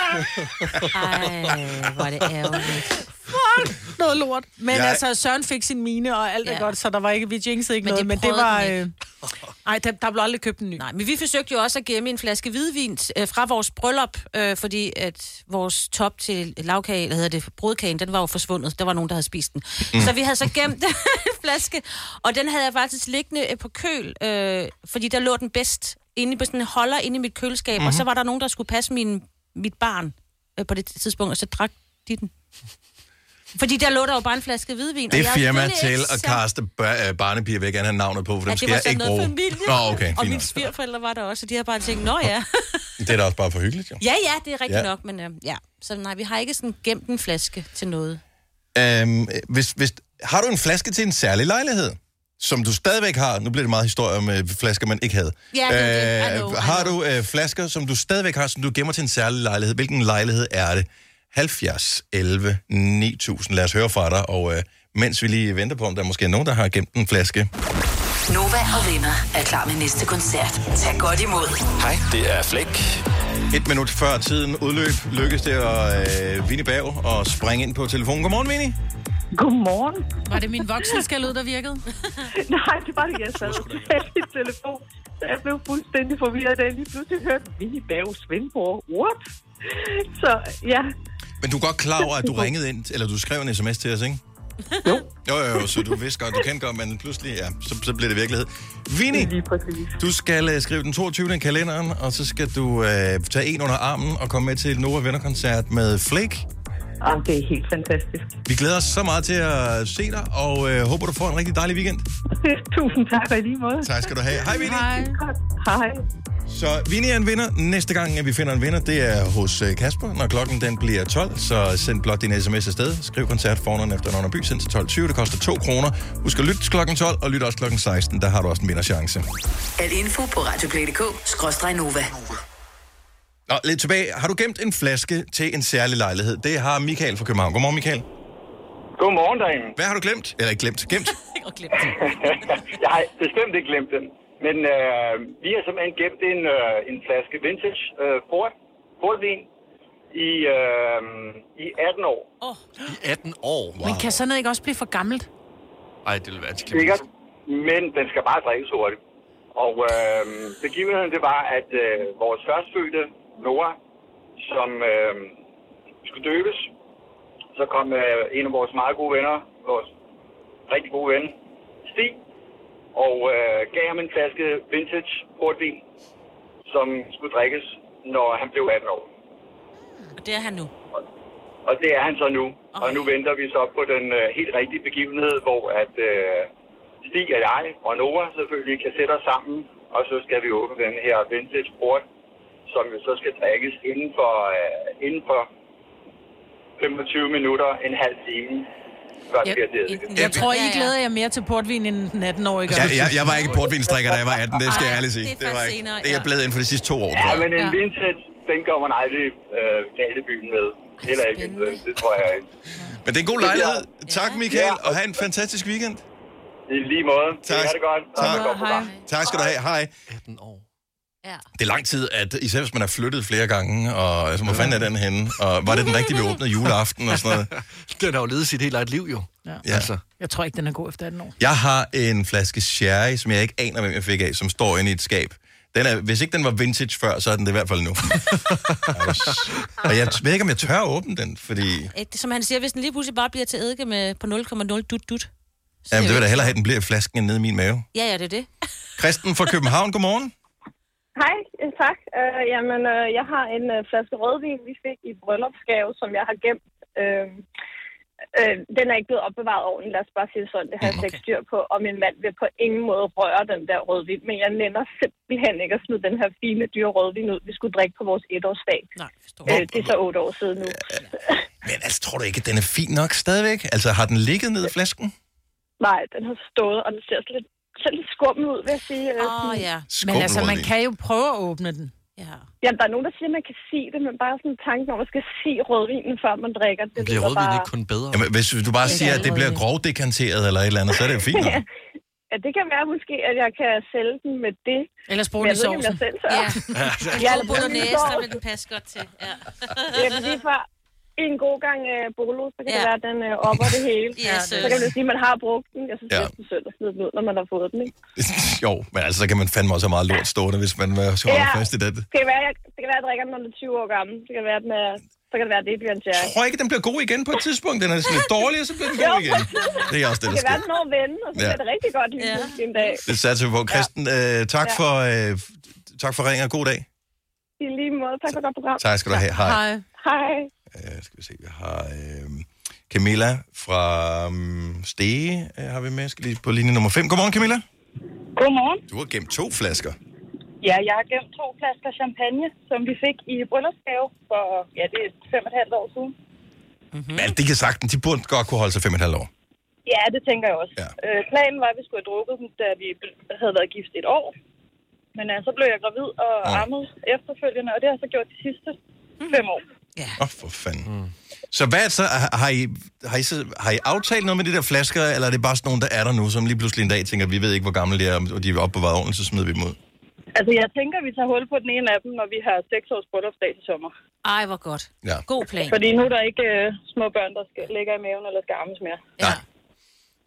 børn! Ej, hvor er det ærgerligt. Fuck, noget lort. Men Jeg- jeg... altså, Søren fik sin mine, og alt er Ja. godt, så der var ikke, vi jinxede ikke Men noget, de men det prøvede var... den Øh... ikke. Ej, der, der blev aldrig købt en ny. Nej, men vi forsøgte jo også at gemme en flaske hvidvin øh, fra vores bryllup, øh, fordi at vores top til lavkage, eller hedder det, brødkagen, den var jo forsvundet. Der var nogen, der havde spist den. Mm. Så vi havde så gemt en flaske, og den havde jeg faktisk liggende øh, på køl, øh, fordi der lå den bedst inde på sådan en holder inde i mit køleskab, mm-hmm. og så var der nogen, der skulle passe min, mit barn øh, på det tidspunkt, og så drak de den. Fordi der lå der jo bare en flaske hvidvin. Det og er jeg firma selvfølgelig til ikke at så- kaste bør- barnepiger, vil jeg gerne have navnet på, for dem Ja, skal det var jeg sådan ikke noget bruge. familie. Nå, okay, og fint mine nok. svigerforældre var der også, og de har bare tænkt, nå ja. Det er da også bare for hyggeligt, jo. Ja, ja, det er rigtigt Ja. ja. nok, men øh, ja. Så nej, vi har ikke sådan gemt en flaske til noget. Øhm, hvis, hvis, har du en flaske til en særlig lejlighed, som du stadigvæk har? Nu bliver det meget historie om øh, flasker, man ikke havde. Ja, det er det. I know, I har know. du øh, flasker, som du stadigvæk har, som du gemmer til en særlig lejlighed? Hvilken lejlighed er det? halvfjerds elleve ni tusind. Lad os høre fra dig, og øh, mens vi lige venter på, om der måske er nogen, der har gemt en flaske. Nova og venner er klar med næste koncert. Tag godt imod. Hej, det er Flæk. Et minut før tiden udløb, lykkedes det at øh, Vinnie Bav og springe ind på telefonen. Godmorgen, Vinnie. Godmorgen. Var det min voksne skal ud, der virkede? Nej, det var det, jeg sad i telefon. Så jeg blev fuldstændig forvirret, da jeg lige pludselig hørte Winnie Berg Svendborg. What? Så ja. Men du er godt klar over, at du ringede ind, eller du skrev en sms til os, ikke? Jo. Jo, jo, jo, så du vidste godt, du kendte godt, men pludselig, ja, så, så bliver det virkelighed. Vinnie, du skal uh, skrive den toogtyvende i kalenderen, og så skal du uh, tage en under armen og komme med til Nova Venner-koncert med Flake. Ah, det er helt fantastisk. Vi glæder os så meget til at se dig, og uh, håber, du får en rigtig dejlig weekend. Tusind tak, og i lige måde. Tak skal du have. Hej, Vinnie. Hej. Hej. Så Vinnie er en vinder. Næste gang, at vi finder en vinder, det er hos Kasper, når klokken den bliver tolv. Så send blot din sms afsted. Skriv koncert fornavn efter Nørre By. Send til tolv tyve. Det koster to kroner. Husk at lytte klokken tolv, og lyt også klokken seksten. Der har du også en vinderchance. Al info på radioplay punktum d k skråstreg Nova. Nå, lidt tilbage. Har du gemt en flaske til en særlig lejlighed? Det har Michael fra København. Godmorgen, Michael. Godmorgen, dagen. Hvad har du glemt? Eller ikke glemt? Gemt? Og glemt. Jeg har bestemt ikke glemt den. Men øh, vi har simpelthen gemt en, øh, en flaske vintage øh, port, portvin i, øh, i atten år. Oh. I atten år? Wow. Men kan sådan noget ikke også blive for gammelt? Ej, det vil være sikkert. Men den skal bare drikkes hurtigt. Og øh, begivenheden, det var, at øh, vores førstfødte, Nora, som øh, skulle døbes, så kom øh, en af vores meget gode venner, vores rigtig gode ven, Stig, og øh, gav ham en flaske vintage portvin, som skulle drikkes, når han blev atten år. Og det er han nu? Og, og det er han så nu. Okay. Og nu venter vi så på den øh, helt rigtige begivenhed, hvor at øh, Stig og jeg og Nora selvfølgelig kan sætte os sammen, og så skal vi åbne den her vintage port, som jo så skal drikkes inden for, øh, inden for femogtyve minutter, en halv time. Jeg, jeg, jeg tror, I glæder jer mere til portvin end den atten-årige. Ja, jeg, jeg var ikke portvinstrikker, da jeg var atten, det skal jeg ærligt sige. Det, var ikke, det er jeg blevet inden for de sidste to år. Ja, men en vintage, den går man aldrig øh, galt i byen med. Heller ikke, det tror jeg ikke. Men det er en god lejlighed. Tak, Michael, og have en fantastisk weekend. I lige måde. Tak. Det er det godt. Tak. Tak skal du have. Hej. atten år. Ja. Det er lang tid, at især hvis man har flyttet flere gange, og altså, hvor fanden er den henne? Og var det den rigtige, vi åbnede juleaften og sådan noget? Den har jo levet sit helt eget liv, jo. Ja. Ja. Altså. Jeg tror ikke, den er god efter atten år. Jeg har en flaske sherry, som jeg ikke aner, hvem jeg fik af, som står inde i et skab. Den er, hvis ikke den var vintage før, så er den det i hvert fald nu. Og jeg ved ikke, om jeg tør at åbne den, fordi... Som han siger, hvis den lige pludselig bare bliver til eddike med på nul komma nul dut dut. Jamen, det vil da hellere have, at den bliver i flasken end nede i min mave. Ja, ja, det er det. Kristen fra København, godmorgen. Hej, tak. Uh, jamen, uh, jeg har en uh, flaske rødvin, vi fik i bryllupsgave, som jeg har gemt. Uh, uh, den er ikke blevet opbevaret ordentligt, lad os bare sige sådan. Det har jeg slet ikke styr på, og min mand vil på ingen måde røre den der rødvin. Men jeg nænder simpelthen ikke at smide den her fine, dyre rødvin ud. Vi skulle drikke på vores etårsdag. Nej, forstår. Uh, det er så otte år siden nu. Men altså, tror du ikke, at den er fin nok stadigvæk? Altså, har den ligget ned i flasken? Nej, den har stået, og den ser lidt, ser lidt skummel ud, vil jeg sige. Åh, oh, ja. Men altså, man kan jo prøve at åbne den. Ja. Jamen, der er nogen, der siger, at man kan sige det, men bare sådan en tanke om, at man skal sige rødvinen, før man drikker. Det bliver rødvin bare... ikke kun bedre? Jamen, hvis du bare siger, at det bliver grovdekanteret eller et eller andet, så er det jo fint nok. Ja, det kan være måske, at jeg kan sælge den med det. Eller bruge den i sovsen. Ja. Ja, eller bolognese, der vil den passe godt til. Ja. Jeg kan sige før, en god gang uh, bolo, så kan ja. det være, at den uh, opper det hele. Ja, så kan man sige, at man har brugt den. Jeg synes, ja. det er synd at smide den ud, når man har fået den, ikke? Jo, men altså, så kan man fandme også have meget lort stående, hvis man uh, holder ja, fast i det. Det kan være, jeg, det kan være, at jeg drikker den, når den er tyve år gammel. Det kan være, at den er, så kan det være, at det bliver en sherry. Jeg tror ikke, den bliver god igen på et tidspunkt. Den er sådan lidt dårlig, og så bliver den god igen. Det er også det, der sker. Det kan være, at den når vende, og så ja. bliver det rigtig godt lige ja. en dag. Det satser vi på. Kristen, ja. øh, tak, ja. for, øh, tak for ringen, og god dag. I lige måde. Tak for godt program. Tak skal du have. Hej. Hej. Hej. Uh, skal vi se, vi har uh, Camilla fra um, Stege, uh, har vi med. Skal lige på linje nummer fem. Godmorgen, Camilla. Godmorgen. Du har gemt to flasker. Ja, jeg har gemt to flasker champagne, som vi fik i bryllupsgave for, ja, det er fem og et halvt år siden. Mm-hmm. Men de kan sagtens, de burde godt kunne holde sig fem og et halvt år. Ja, det tænker jeg også. Ja. Øh, planen var, at vi skulle have drukket dem, da vi havde været gift et år. Men uh, så blev jeg gravid og mm. ammet efterfølgende, og det har jeg så gjort de sidste mm. fem år. Ja. Åh, oh, for fanden. Mm. Så hvad så? Har I, har, I, har I aftalt noget med de der flasker, eller er det bare sådan nogle, der er der nu, som lige pludselig en dag tænker, vi ved ikke, hvor gamle de er, og de er opbevaret ordentligt, så smider vi dem ud? Altså, jeg tænker, vi tager hul på den ene af dem, når vi har seks års bryllupsdag til sommer. Ej, hvor godt. Ja. God plan. Fordi nu er der ikke uh, små børn, der skal, ligger i maven eller skal ammes mere. Ja.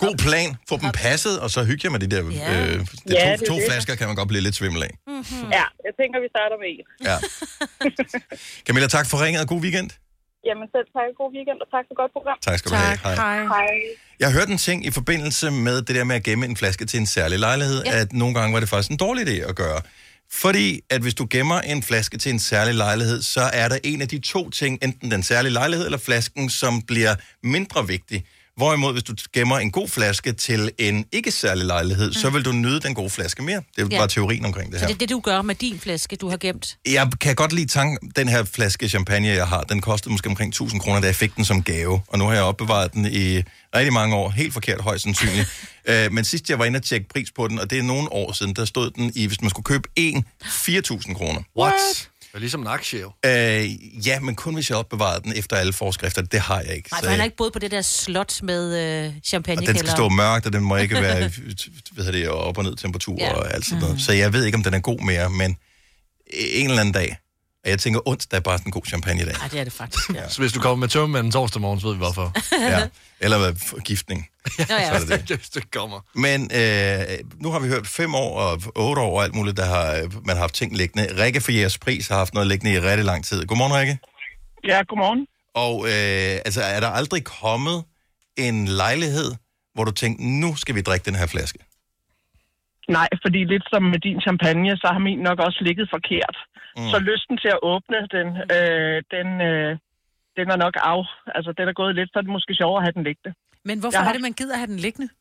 God plan. Få dem passet, og så hygge jer med de der... Ja. Øh, de Ja, to, det er to det. flasker kan man godt blive lidt svimmel af. Mm-hmm. Ja, jeg tænker, vi starter med en. Ja. Camilla, tak for ringet, og god weekend. Jamen selv tak. God weekend, og tak for godt program. Tak skal du have. Hej. Hej. Hej. Jeg har hørt en ting i forbindelse med det der med at gemme en flaske til en særlig lejlighed, ja. At nogle gange var det faktisk en dårlig idé at gøre. Fordi at hvis du gemmer en flaske til en særlig lejlighed, så er der en af de to ting, enten den særlige lejlighed eller flasken, som bliver mindre vigtig. Hvorimod, hvis du gemmer en god flaske til en ikke særlig lejlighed, mm. så vil du nyde den gode flaske mere. Det er Ja. bare teorien omkring det Så her. det er det, du gør med din flaske, du har gemt. Jeg kan godt lide tanken, den her flaske champagne, jeg har, den kostede måske omkring tusind kroner, da jeg fik den som gave. Og nu har jeg opbevaret den i rigtig mange år. Helt forkert, højst sandsynligt. uh, men sidst jeg var inde og tjekke pris på den, og det er nogle år siden, der stod den i, hvis man skulle købe en, fire tusind kroner. What? Det er ligesom en aktie jo. Uh, ja, men kun hvis jeg opbevarede den efter alle forskrifter. Det har jeg ikke. Nej, Så for han har jeg- ikke boet på det der slot med øh, champagne. Og den skal stå mørkt, og den må ikke være hvad hedder det, op- og ned temperatur Ja. og alt sådan noget. Så jeg ved ikke, om den er god mere, men en eller anden dag. Og jeg tænker, onsdag er bare sådan en god champagne i dag. Nej, det er det faktisk. Ja. Så hvis du kommer med tømmermanden torsdag morgen, så ved vi hvorfor. Ja. Eller hvad, forgiftning. Ja, Så er det det. Hvis det kommer. Men øh, nu har vi hørt fem år og otte år og alt muligt, der har øh, man har haft ting liggende. Rikke for jeres pris har haft noget liggende i rigtig lang tid. Godmorgen, Rikke. Ja, godmorgen. Og øh, altså, er der aldrig kommet en lejlighed, hvor du tænkte, nu skal vi drikke den her flaske? Nej, fordi lidt som med din champagne, så har min nok også ligget forkert. Mm. Så lysten til at åbne den, øh, den, øh, den er nok af. Altså, den er gået lidt, så er det måske sjovere at have den liggende. Men hvorfor Jeg er har- det, man gider have den liggende?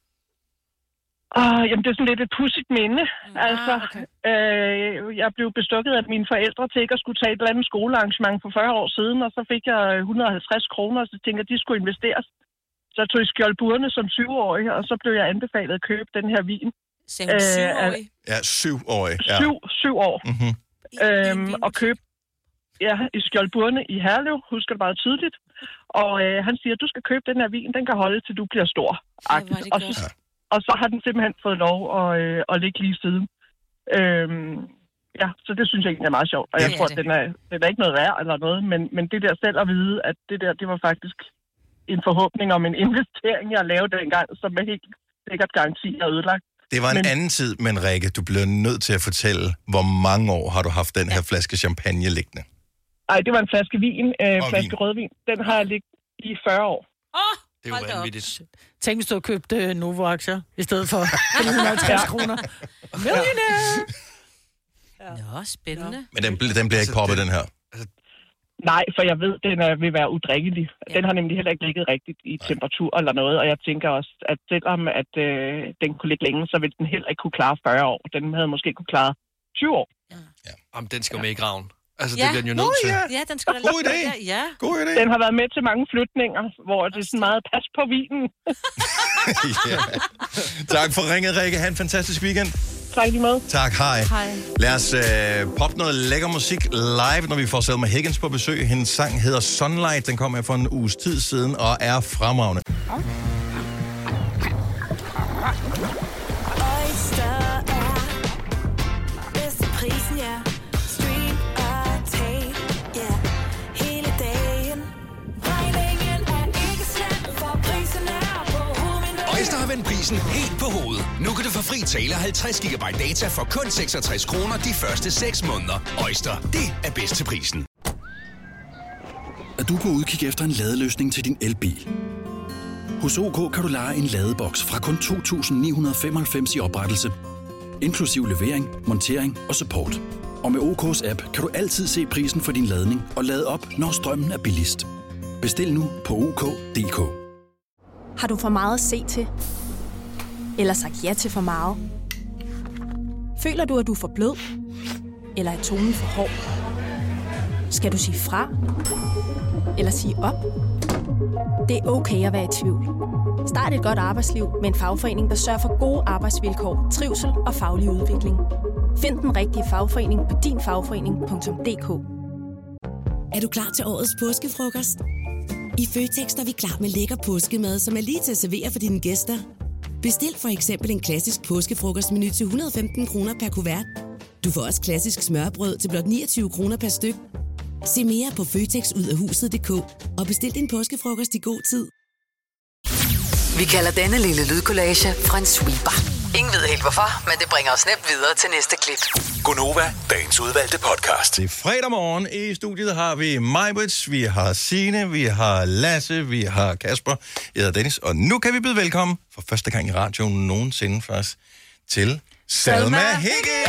Åh, jamen, det er sådan lidt et pudsigt minde. Altså, okay. øh, jeg blev bestukket af mine forældre til ikke at skulle tage et eller andet skolearrangement for fyrre år siden, og så fik jeg et hundrede og halvtreds kroner, og så tænkte jeg, at de skulle investeres. Så jeg tog i Skjoldburene som syvårig, og så blev jeg anbefalet at købe den her vin. Sagde hun syvårig? Ja, syvårig. Ja. Syv, syv år. Mm-hmm. Øhm, og købe ja, i Skjoldburene i Herlev, husker det meget tydeligt. Og øh, han siger, du skal købe den her vin, den kan holde til du bliver stor. Og så, og så har den simpelthen fået lov at, øh, at ligge lige siden. Øhm, ja, så det synes jeg egentlig er meget sjovt. Og jeg Det er tror, det. at den er, den er ikke noget værd eller noget, men, men det der selv at vide, at det der, det var faktisk en forhåbning om en investering, jeg lavede dengang, som er helt sikkert garanti er ødelagt. Det var en Men- men... anden tid, men Rikke, du bliver nødt til at fortælle, hvor mange år har du haft den her flaske champagne liggende? Ej, det var en flaske vin, øh, Og flaske vin. rødvin. Den har jeg ligget i fyrre år. Oh, det er jo vanvittigt. Tænk, hvis du havde købt øh, Novo-aktier i stedet for et hundrede og halvtreds kroner. Millionaire! Nå, spændende. Men den, bl- den bliver ikke poppet, den her. Nej, for jeg ved, den er, vil være udrikkelig. Ja. Den har nemlig heller ikke ligget rigtigt i temperatur eller noget, og jeg tænker også, at selvom at, øh, den kunne ligge længe, så ville den heller ikke kunne klare fyrre år. Den havde måske kunne klare tyve år. Ja. Jamen, den skal jo med i graven. Altså, Ja. det bliver den jo nødt til. Ja, den skal da God idé. Ja, ja. God idé. Den har været med til mange flytninger, hvor det er sådan meget pas på vinen. Ja. Tak for ringet, Rikke. Ha' en fantastisk weekend. Tak lige med. Tak, hej. Hej. Lad os øh, poppe noget lækker musik live, når vi får Selma Higgins på besøg. Hendes sang hedder Sunlight. Den kom her for en uges tid siden og er fremragende. Oyster er bedst til prisen, ja. Stream og tag, ja. Hele dagen. Regningen er ikke slem, for prisen er på hovedet. Oyster har vendt prisen helt på hovedet. Nu kan du få fri tale halvtreds gigabyte data for kun seksogtres kroner de første seks måneder. Oyster, det er bedst til prisen. Er du på udkig efter en ladeløsning til din elbil? Hos OK kan du leje en ladeboks fra kun to tusind ni hundrede femoghalvfems i oprettelse, inklusiv levering, montering og support. Og med O K's app kan du altid se prisen for din ladning og lade op, når strømmen er billigst. Bestil nu på O K punktum D K. Har du for meget at se til? Eller sagt ja til for meget? Føler du, at du er for blød? Eller er tonen for hård? Skal du sige fra? Eller sige op? Det er okay at være i tvivl. Start et godt arbejdsliv med en fagforening, der sørger for gode arbejdsvilkår, trivsel og faglig udvikling. Find den rigtige fagforening på din fagforening punktum d k. Er du klar til årets påskefrokost? I Føtex er vi klar med lækker påskemad, som er lige til at servere for dine gæster. Bestil for eksempel en klassisk påskefrokostmenu til et hundrede og femten kroner per kuvert. Du får også klassisk smørbrød til blot niogtyve kroner per styk. Se mere på føtex ud af huset punktum d k og bestil din påskefrokost i god tid. Vi kalder denne lille lydkollage en sweeper. Ingen ved helt hvorfor, men det bringer os nemt videre til næste klip. Gonova, dagens udvalgte podcast. Det er fredag morgen. I studiet har vi Majbrits, vi har Signe, vi har Lasse, vi har Kasper, jeg hedder Dennis, og nu kan vi byde velkommen for første gang i radioen nogensinde først til Salma Hegge.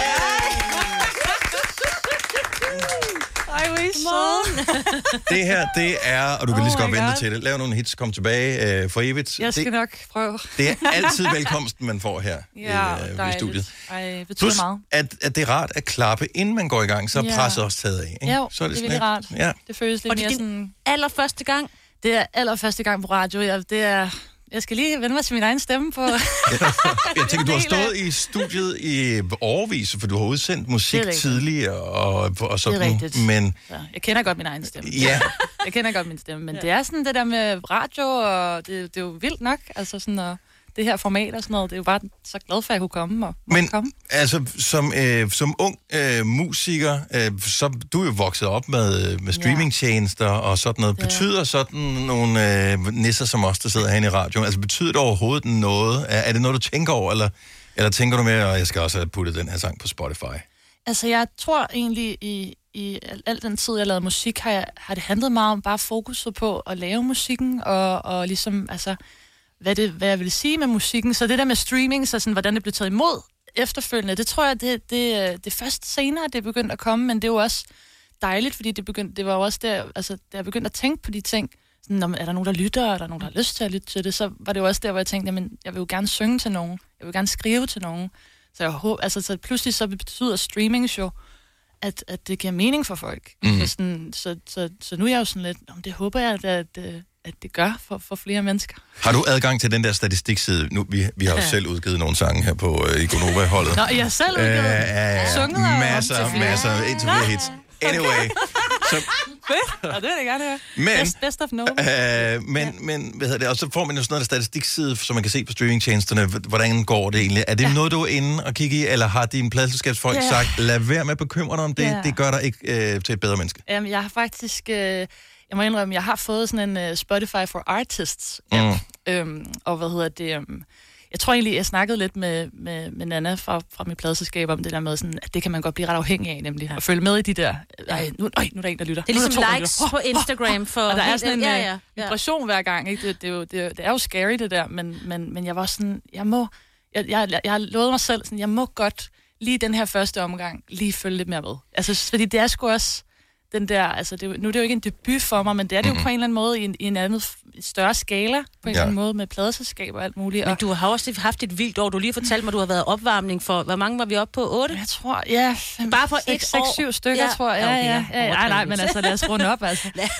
Ej, hvor er I søde. Det her, det er, og du kan Oh lige så godt my vente God. til det. Lav nogle hits, kom tilbage øh, for evigt. Jeg skal det, nok prøve. det er altid velkomsten, man får her Ja, i, øh, i dejligt. studiet. Ej, det betyder Plus, meget. at, at det er rart at klappe, inden man går i gang, så er Ja. presset også taget af. Ikke? Jo, så er det, det er sådan virkelig lidt- rart. Ja. Det føles lidt Og det er mere din sådan... allerførste gang? Det er allerførste gang på radio. Jeg, det er... Jeg skal lige vende mig til min egen stemme på... Jeg tænker, du har stået i studiet i årevis, for du har udsendt musik Det er rigtigt. tidligere og, og sådan. Det er rigtigt. Men Så jeg kender godt min egen stemme. Ja. Jeg kender godt min stemme, men ja. Det er sådan det der med radio, og det, det er jo vildt nok. Altså sådan, og det her format og sådan noget, det er jo bare så glad for, at jeg kunne komme og Men komme. altså, som, øh, som ung øh, musiker, øh, så du er jo vokset op med, med streamingtjenester og sådan noget. Ja. Betyder sådan nogle øh, nisser som os, der sidder herinde i radioen, altså betyder det overhovedet noget? Er, er det noget, du tænker over, eller, eller tænker du med, at jeg skal også have puttet den her sang på Spotify? Altså, jeg tror egentlig, i, i al, al den tid, jeg lavede musik, har, jeg, har det handlet meget om bare fokuset på at lave musikken, og, og ligesom, altså, hvad, det, hvad jeg vil sige med musikken. Så det der med streaming, så sådan, hvordan det blev taget imod efterfølgende, det tror jeg, det, det, det er først senere, det er begyndt at komme, men det er jo også dejligt, fordi det, begyndte, det var jo også der, altså, da jeg begyndte at tænke på de ting, sådan, når, er der nogen, der lytter, er der nogen, der har lyst til at lytte til det, så var det jo også der, hvor jeg tænkte, jamen, jeg vil jo gerne synge til nogen, jeg vil gerne skrive til nogen. Så jeg håber, altså, så pludselig så betyder streaming jo, at, at det giver mening for folk. Mhm. Så, sådan, så, så, så nu er jeg jo sådan lidt, om det håber jeg, at, at, at det gør for, for flere mennesker. Har du adgang til den der statistikside? Nu, vi, vi har jo Ja. selv udgivet nogle sange her på øh, i Gonova-holdet. Nå, jeg har selv udgivet. Øh, ja, ja. Sunget og Masser, op til flere. masser, indtil flere hits. Anyway, så, Fedt, og det vil jeg gerne høre. Men- Best, best of Nova. øh, men, men hvad hedder det? Og så får man jo sådan noget der statistikside, som man kan se på streamingtjenesterne. H- Hvordan går det egentlig? Er det ja. noget, du er inde og kigge i, eller har dine pladselskabsfolk Ja. sagt, lad være med at bekymre dig om det, Ja. det gør dig ikke øh, til et bedre menneske? Jamen, jeg har faktisk, øh, jeg må indrømme, jeg har fået sådan en uh, Spotify for Artists. Mm. Øhm, og hvad hedder det? Um, jeg tror egentlig, jeg snakkede lidt med, med, med Nana fra, fra mit pladeselskab om det der med, sådan, at det kan man godt blive ret afhængig af, nemlig. Ja. At følge med i de der, ej, nu, øj, nu er der en, der lytter. Det er Nu ligesom to, der likes lytter. på Instagram for... Og der er helt- sådan en ja, ja, ja, ja, ja. vibration hver gang, ikke? Det, det, er jo, det, er- det er jo scary, det der, men, men, men jeg var sådan, jeg må, jeg, jeg, jeg har lovet mig selv, sådan, jeg må godt lige den her første omgang, lige følge lidt mere med. Altså, fordi det er sgu også den der, altså, det, er jo- nu er det jo ikke en debut for mig, men det er det jo på en eller anden måde i en, i en anden f- større skala, på en Ja. eller anden måde, med pladeselskab og alt muligt. Men Og, du har også haft et vildt år. Du har lige fortalt mig, du har været opvarmning for... Hvor mange var vi oppe på? otte? Jeg tror, ja... Fem, Bare på seks, et seks, år? syv stykker, tror jeg. Ja, okay, ja, ja, ja. Nej, nej, men altså, lad os runde op, altså. Men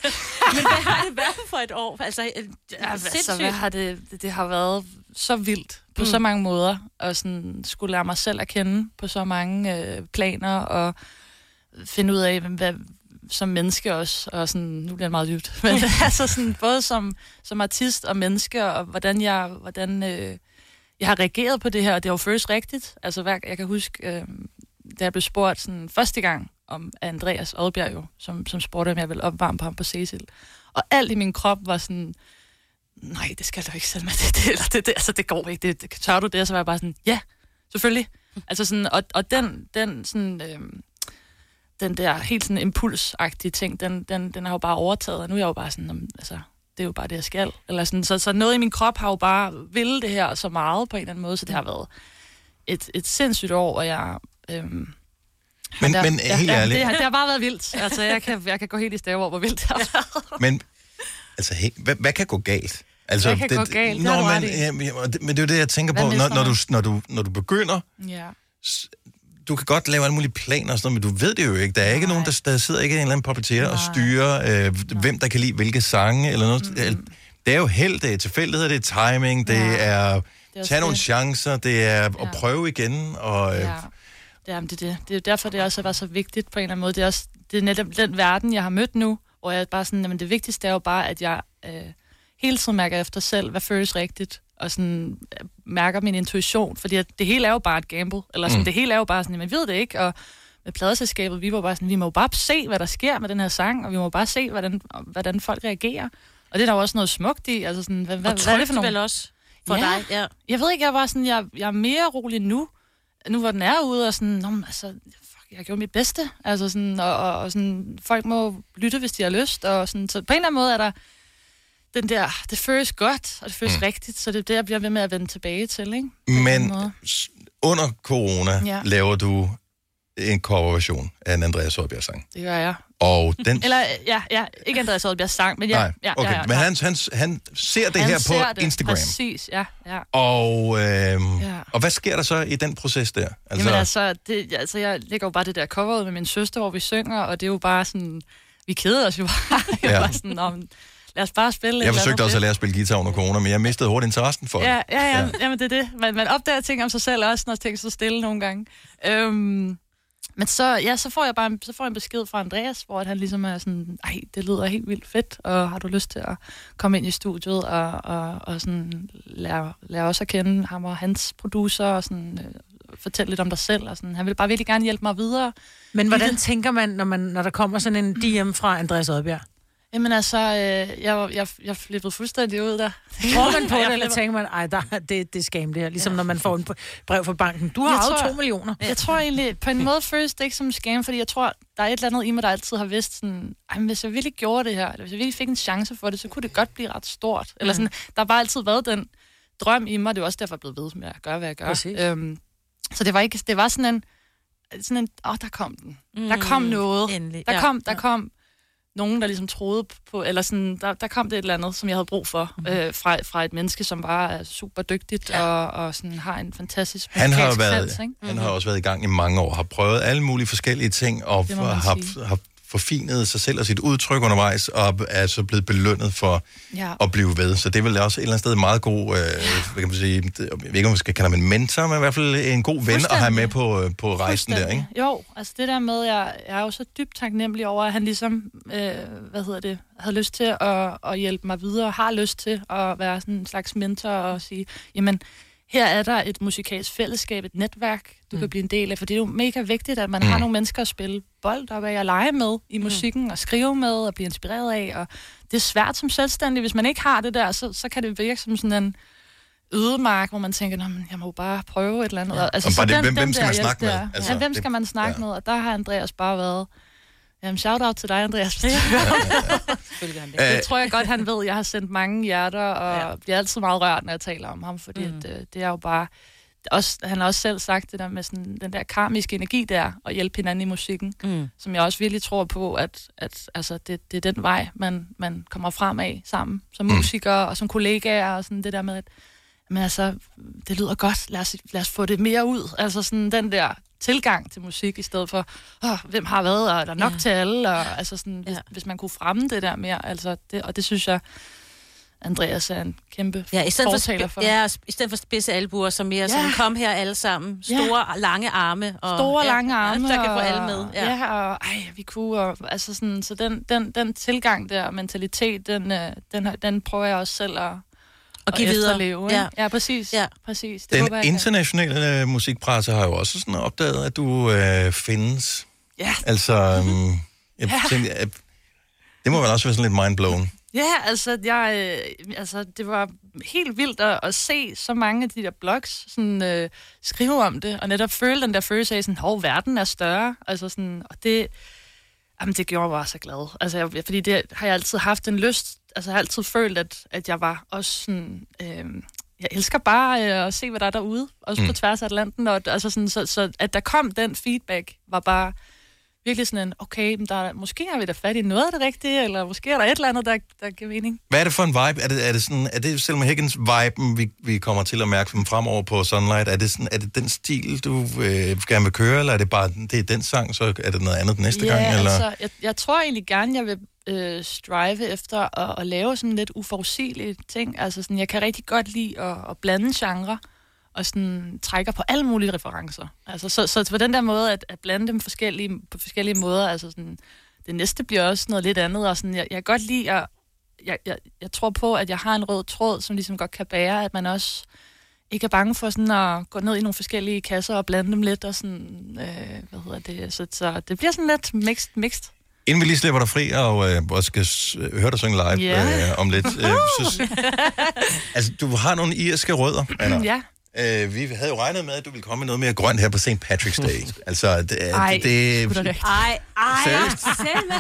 hvad har det været for et år? Altså, øh, Ja, altså, sindssygt. hvad har det, det, det har været så vildt på mm. så mange måder, og sådan skulle lære mig selv at kende på så mange øh, planer, og finde ud af, hvad, som menneske også, og sådan, nu bliver det meget dybt, men altså sådan, både som, som artist og menneske, og hvordan jeg, hvordan, øh, jeg har reageret på det her, og det var jo føles rigtigt. Altså, hver, jeg kan huske, øh, da jeg blev spurgt sådan, første gang om af Andreas Oddbjerg, jo, som, som spurgte, om jeg ville opvarme på ham på Cecil. Og alt i min krop var sådan, nej, det skal du ikke selv med det, det, eller det, det, altså, det går ikke, det, det, tør du det? Og så var jeg bare sådan, ja, selvfølgelig. Altså sådan, og, og den, den sådan... Øh, den der helt sådan impulsagtige ting, den, den, den har jo bare overtaget, og nu er jeg jo bare sådan, om, altså, det er jo bare det, jeg skal. Eller sådan, så, så noget i min krop har jo bare ville det her så meget på en eller anden måde, så det har været et, et sindssygt år, og jeg... Øhm, Men, der, men der, helt der, ærligt, det, har, det har bare været vildt. Altså, jeg kan, jeg kan gå helt i stave over, hvor vildt det har været. men altså, hey, hvad, hvad kan gå galt? Altså, Hvad kan gå galt? Det Nå, har du men, ret i. ja, men, og det- men det er jo det, jeg tænker Hvad på, når, mister når, du, man? når, du, når du begynder, Ja. du kan godt lave alle mulige planer og sådan noget, men du ved det jo ikke. Der er ikke nogen, der, der sidder ikke en eller anden puppeteer og styrer, øh, hvem der kan lide hvilke sange eller noget. Mm. Det er jo held, det er tilfældighed, det er timing, det er også tage nogle det. chancer, det er at prøve igen. Og, øh, Ja. Jamen, det, er det. det er jo derfor, det også var så vigtigt på en eller anden måde. Det er, også, det er netop den verden, jeg har mødt nu, hvor jeg bare sådan, jamen det vigtigste er jo bare, at jeg øh, hele tiden mærker efter selv, hvad føles rigtigt, og sådan øh, mærker min intuition, fordi at det hele er jo bare et gamble, eller sådan, Mm. mm. det hele er jo bare sådan, man ved det ikke, og med pladeselskabet, vi var bare sådan, vi må jo bare se, hvad der sker med den her sang, og vi må bare se, hvordan, hvordan folk reagerer. Og det er der jo også noget smukt i. Altså sådan, hvad, hvad, hvad er det for nogle... vel også for ja. dig, ja. Jeg ved ikke, jeg var sådan, jeg, jeg er mere rolig nu, nu hvor den er ude, og sådan, Nå, men, altså, fuck, jeg gjorde mit bedste. Altså sådan, og, og, og sådan, folk må lytte, hvis de har lyst, og sådan, så på en eller anden måde er der den der, det føles godt, og det føles mm. rigtigt, så det er det, jeg bliver ved med at vende tilbage til, ikke? Men under corona ja. laver du en coverversion af en Andreas Oddbjerg-sang. Det gør jeg. Og den... Eller, ja, ja, ikke Andreas Oddbjergs sang, men ja. Nej, ja, okay. ja, ja, Men han, han, han ser det han her ser på det. Instagram. Præcis, ja. ja. Og, øhm, ja. og hvad sker der så i den proces der? Altså... Jamen altså, det, altså, jeg lægger jo bare det der cover ud med min søster, hvor vi synger, og det er jo bare sådan, vi keder os jo bare. Jeg ja. var sådan, om, lad os bare spille. Jeg forsøgte også at lære at spille guitar under corona, men jeg mistede hurtigt interessen for det. Ja, ja, ja, ja. Jamen det er det. Man, man opdager ting om sig selv også, når ting så stille nogle gange. Øhm, men så, ja, så får jeg bare en, så får jeg en besked fra Andreas, hvor han ligesom er sådan, ej, det lyder helt vildt fedt, og har du lyst til at komme ind i studiet og, og, og sådan lære, lære også at kende ham og hans producer, og sådan øh, fortælle lidt om dig selv, og sådan. Han vil bare virkelig gerne hjælpe mig videre. Men hvordan tænker man, når, man, når der kommer sådan en D M fra Andreas Oddbjerg? Jamen altså, øh, jeg, jeg, jeg flippede fuldstændig ud der. Tror man på det, eller tænker man, ej, der, det, det er scam det her. Ligesom ja. Når man får en brev fra banken. Du har arvet to millioner. Jeg tror egentlig, på en måde føles det ikke som scam, fordi jeg tror, der er et eller andet i mig, der altid har vidst sådan, ej, men hvis jeg virkelig gjorde det her, eller hvis jeg virkelig fik en chance for det, så kunne det godt blive ret stort. Eller sådan, der har bare altid været den drøm i mig, det er også derfor, jeg er blevet ved med at gøre, hvad jeg gør. Øhm, så det var ikke, det var sådan en, sådan en, åh, oh, der kom den. Mm, der kom noget. Endelig. Der ja. kom, der ja. kom nogen, der ligesom troede på, eller sådan, der, der kom det et eller andet, som jeg havde brug for, mm. øh, fra, fra et menneske, som bare er super dygtigt, ja. og, og sådan har en fantastisk han har været, sans, ikke? Han har også været i gang i mange år, har prøvet alle mulige forskellige ting, og har, har forfinet sig selv og sit udtryk undervejs, og er så blevet belønnet for ja. at blive ved. Så det er vel også et eller andet sted meget god, øh, hvad kan man sige, jeg ved ikke, om man skal kalde ham en mentor, men i hvert fald en god ven at have med på, på rejsen der, ikke? Jo, altså det der med, jeg, jeg er jo så dybt taknemmelig over, at han ligesom, øh, hvad hedder det, havde lyst til at, at hjælpe mig videre, har lyst til at være sådan en slags mentor og sige, jamen, her er der et musikalsk fællesskab, et netværk, du mm. kan blive en del af, for det er jo mega vigtigt, at man mm. har nogle mennesker at spille bold op af og lege med i musikken, mm. og skrive med og blive inspireret af, og det er svært som selvstændig. Hvis man ikke har det der, så, så kan det virke som sådan en ødemark, hvor man tænker, nå, men jeg må bare prøve et eller andet. Ja. Altså, så det, den, hvem, den hvem skal der, man snakke med? Altså, ja, hvem skal man snakke ja. med? Og der har Andreas bare været... Jamen, shout-out til dig, Andreas. Ja. Det tror jeg godt, han ved. Jeg har sendt mange hjerter, og ja. bliver altid meget rørt, når jeg taler om ham, fordi mm. at, øh, det er jo bare... Også, han har også selv sagt det der med sådan, den der karmiske energi der, og hjælpe hinanden i musikken, mm. som jeg også virkelig tror på, at, at altså, det, det er den vej, man, man kommer frem af sammen, som mm. musikere og som kollegaer, og sådan det der med, at men altså, det lyder godt, lad os, lad os få det mere ud. Altså sådan den der tilgang til musik, i stedet for, åh, hvem har været, og er der nok ja. til alle, og altså sådan, hvis, ja. hvis man kunne fremme det der mere, altså det, og det synes jeg, Andreas er en kæmpe ja, i stedet fortaler for. Ja, i stedet for spidse albuer, som mere ja. sådan, kom her alle sammen, store, ja. lange arme. Og, store, ja, lange arme. Der kan få alle med. Ja, ja og ej, vi kunne, og, altså sådan, så den, den, den tilgang der, mentalitet, den, den, den prøver jeg også selv at og give videre. Ja. ja, præcis. Ja. præcis. Det Den håber, internationale kan. musikpresse har jo også sådan opdaget, at du øh, findes. Ja. Altså, øhm, jeg ja. tænkte, at det må vel også være sådan lidt mindblown. Ja, altså, jeg, øh, altså, det var helt vildt at, at se så mange af de der blogs sådan, øh, skrive om det, og netop føle den der følelse af, sådan, hov, verden er større. Altså sådan, og det, jamen, det gjorde mig bare så glad. Altså, jeg, fordi det har jeg altid haft en lyst. Altså, jeg har altid følt, at, at jeg var også sådan... Øh, jeg elsker bare øh, at se, hvad der er derude, også mm. på tværs af Atlanten. Og, altså sådan, så, så at der kom den feedback, var bare virkelig sådan en, okay, men der, måske har vi da fat i noget af det rigtige, eller måske er der et eller andet, der, der giver mening. Hvad er det for en vibe? Er det, er det, sådan, er det Selma Higgins viben, vi, vi kommer til at mærke fremover på Sunlight? Er det, sådan, er det den stil, du øh, gerne vil køre, eller er det bare det er den sang, så er det noget andet næste ja, gang? Eller? Altså, jeg, jeg tror egentlig gerne, jeg vil øh, strive efter at, at lave sådan lidt uforudsigelige ting. Altså sådan, jeg kan rigtig godt lide at, at blande genre, og sådan trækker på alle mulige referencer. Altså, så, så på den der måde, at, at blande dem forskellige, på forskellige måder, altså sådan, det næste bliver også noget lidt andet, og sådan, jeg, jeg kan godt lide, at, jeg, jeg, jeg tror på, at jeg har en rød tråd, som ligesom godt kan bære, at man også ikke er bange for sådan at gå ned i nogle forskellige kasser og blande dem lidt, og sådan, øh, hvad hedder det, så, så det bliver sådan lidt mixed, mixed. Inden vi lige slipper dig fri og, øh, og skal s- høre dig synge live Ja. øh, om lidt. Øh, så, altså, du har nogle irske rødder, Anna. Ja. Øh, vi havde jo regnet med, at du ville komme med noget mere grønt her på Saint Patrick's Day. Altså, det, Ej, det, sgu da det rigtigt. Ej, ej, Seriøst? Selma.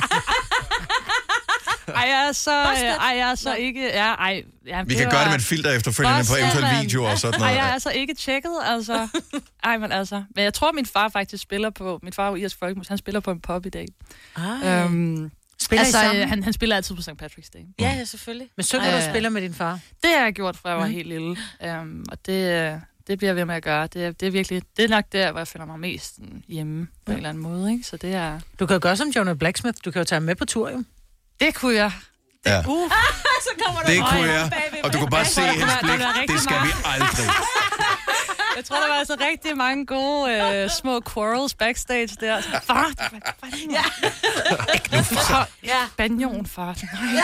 Ej, jeg er så, øh, ej, jeg er så ikke... Ja, ej, ja, vi kan gøre det med et filter efterfølgende på eventuelle videoer og sådan Ej, noget. jeg er altså ikke tjekket, altså. Ej, men altså... Men jeg tror, min far faktisk spiller på... Min far er jo irsk folkemus, han spiller på en pub i dag. Ej. Øhm, Spiller I altså, sammen? øh, han, han spiller altid på Saint Patrick's Day. Ja, ja, selvfølgelig. Men synger du og Øh, spiller med din far? Det har jeg gjort, fra jeg var Mm. helt lille. Um, og det, det bliver jeg ved med at gøre. Det, er- det er virkelig... Det er nok der, hvor jeg føler mig mest sådan, hjemme på en eller anden måde, ikke? Så det er... Du kan jo gøre som Jonah Blacksmith. Du kan jo tage ham med på tur, jo. Det kunne jeg. Ja. Uh. Så kommer der Det røg kunne jeg, bagved og du mig. kunne bare Jeg se tror, der hendes kunne være- blik. der kunne være rigtig Det skal vi meget. aldrig. Jeg tror, der var altså rigtig mange gode øh, små quarrels backstage der. Så, far, det var, det var lige Ja. Ikke nu, far. Ja. Banjon, far. Nej.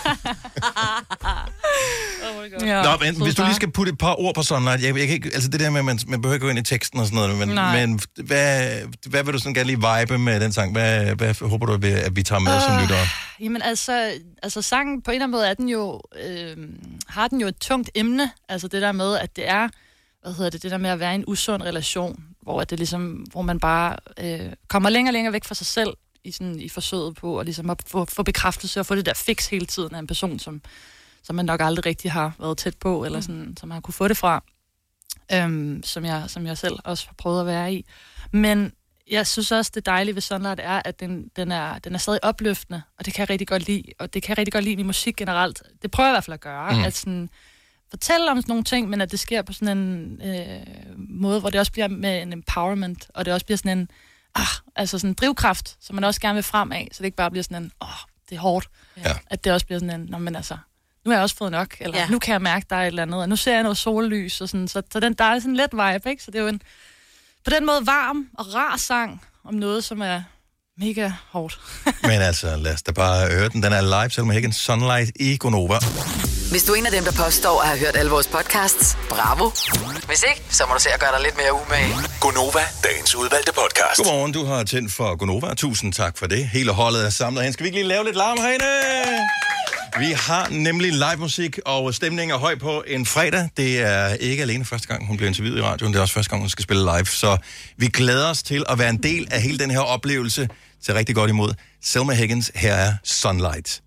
Oh my God. Ja, Nå, men sød hvis du far. lige skal putte et par ord på Sunlight, jeg, jeg kan ikke, altså det der med, at man, man behøver ikke gå ind i teksten og sådan noget, men, Nej. men hvad, hvad vil du sådan gerne lige vibe med den sang? Hvad, hvad håber du, at vi tager med uh, som Øh. lyttere? Jamen altså, altså sangen på en eller anden måde er den jo, øh, har den jo et tungt emne. Altså det der med, at det er, hvad hedder det, det der med at være i en usund relation, hvor, at det ligesom, hvor man bare øh, kommer længere og længere væk fra sig selv i, sådan, i forsøget på at, ligesom at få, få bekræftelse og få det der fix hele tiden af en person, som, som man nok aldrig rigtig har været tæt på, eller sådan, som man har kunne få det fra, øhm, som, jeg, som jeg selv også har prøvet at være i. Men jeg synes også, det dejlige ved Sunlight er, at den, den, er, den er stadig opløftende, og det kan jeg rigtig godt lide. Og det kan jeg rigtig godt lide i musik generelt. Det prøver jeg i hvert fald at gøre. Mm. At sådan, fortælle om sådan nogle ting, men at det sker på sådan en øh, måde, hvor det også bliver med en empowerment, og det også bliver sådan en ah, altså sådan en drivkraft, som man også gerne vil frem af, så det ikke bare bliver sådan en, åh, oh, det er hårdt. Ja. At det også bliver sådan en, nå, men altså, nu har jeg også fået nok, eller Ja. ja. nu kan jeg mærke, der er et eller andet, og nu ser jeg noget sollys, og sådan, så, så den, der er sådan en let vibe, ikke? Så det er jo en, på den måde varm og rar sang om noget, som er mega hårdt. Men altså, lad os da bare høre den. Den er live, Selma Higgins, Sunlight i Gonova. Hvis du er en af dem, der påstår at have hørt alle vores podcasts, bravo. Hvis ikke, så må du se at gøre dig lidt mere umage. Gonova, dagens udvalgte podcast. Godmorgen, du har tændt for Gonova. Tusind tak for det. Hele holdet er samlet hen. Skal vi ikke lige lave lidt larm herinde? Vi har nemlig live musik, og stemningen er høj på en fredag. Det er ikke alene første gang, hun bliver interviewet i radioen. Det er også første gang, hun skal spille live. Så vi glæder os til at være en del af hele den her oplevelse. Til rigtig godt imod. Selma Higgins, her er Sunlight.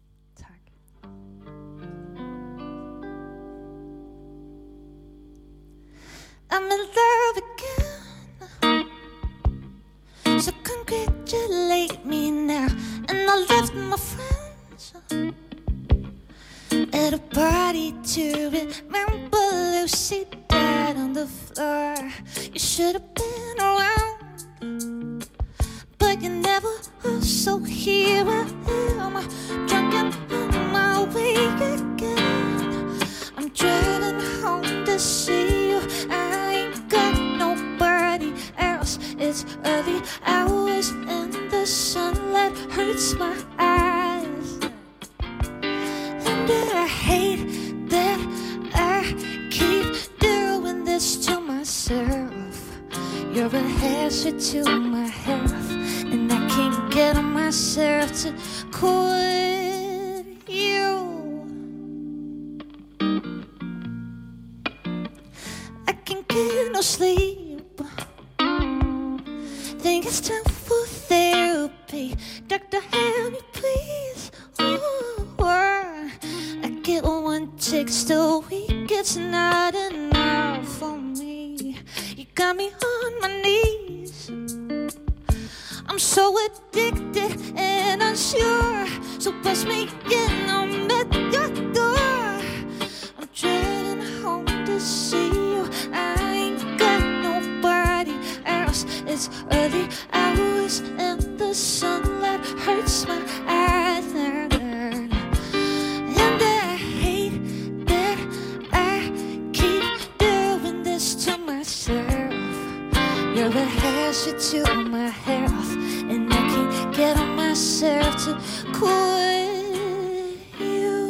I'm in love again. So congratulate me now. And I left my friends at a party to remember Lucy died on the floor. You should have been around, but you never were. So here I am, drunk and on my way again. I'm driving home to see you. I ain't got nobody else. It's early hours and the sunlight hurts my eyes. And I hate that I keep doing this to myself. You're a hazard to my health, and I can't get on myself to quit you. I can't get no sleep. Think it's time for therapy. Doctor, help me, please. Ooh, I get one text a week. It's not enough for me. You got me on my knees. I'm so addicted and unsure. So bust me in, I'm at your door. I'm dreading home to see you. I ain't got nobody else. It's early hours and the sunlight hurts my eyes. And I hate that I keep doing this to myself. You're a hazard to my health, and I can't get on myself to quit you.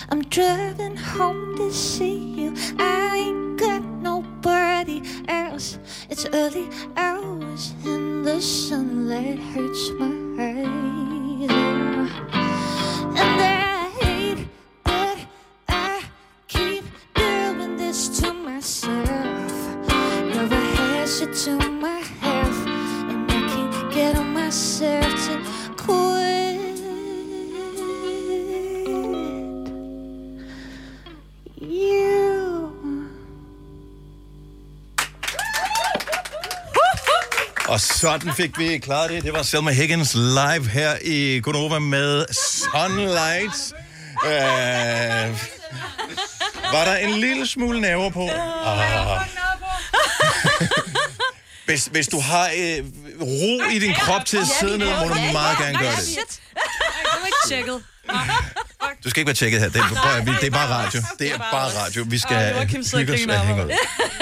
I'm driving home to see you. I ain't got nobody else. It's early hours and the sunlight hurts my eyes. And I hate that I keep doing this to myself. Never has it to my health, and I keep getting myself to quit. You. Og sådan fik vi klaret det. Det var Selma Higgins live her i Gonova med Sunlight. Øh, var der en lille smule nerver på? Ah. Hvis, hvis du har øh, ro i din krop til at sidde ned, må du meget gerne gøre det. Shit. Jeg var ikke tjekket. Du skal ikke være tjekket her. Det er bare, det er bare radio. Det er bare radio. Vi skal hygge os og hænge ud.